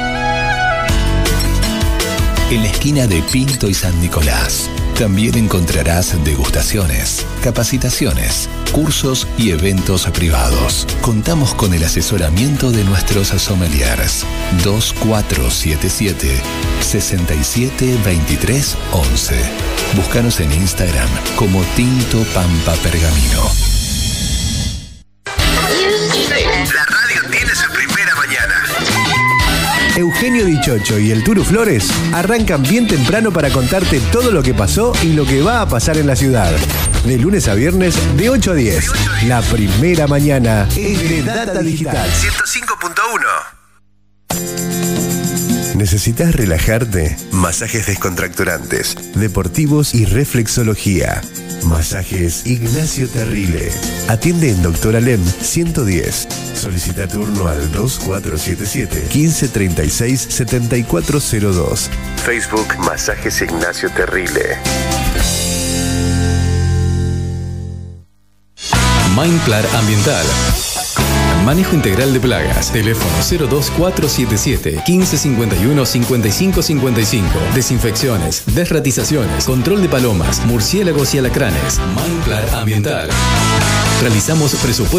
En la esquina de Pinto y San Nicolás, también encontrarás degustaciones, capacitaciones, cursos y eventos privados. Contamos con el asesoramiento de nuestros sommeliers. dos cuatro siete siete, sesenta y siete, veintitrés, once. Búscanos en Instagram como Tinto Pampa Pergamino. La radio tiene su primera mañana. Eugenio Dichocho y el Turu Flores arrancan bien temprano para contarte todo lo que pasó y lo que va a pasar en la ciudad. De lunes a viernes, de ocho a diez. La primera mañana es de Data Digital ciento cinco punto uno. ¿Necesitas relajarte? Masajes descontracturantes, deportivos y reflexología. Masajes Ignacio Terrile. Atiende en Doctor Alem ciento diez. Solicita turno al dos cuatro siete siete, quince treinta y seis, setenta y cuatro cero dos. Facebook Masajes Ignacio Terrile. Mindclar Ambiental. Manejo integral de plagas. Teléfono cero dos cuatro siete siete, quince cincuenta y uno, cincuenta y cinco cincuenta y cinco. Desinfecciones, desratizaciones, control de palomas, murciélagos y alacranes. Mindclar Ambiental. Realizamos presupuesto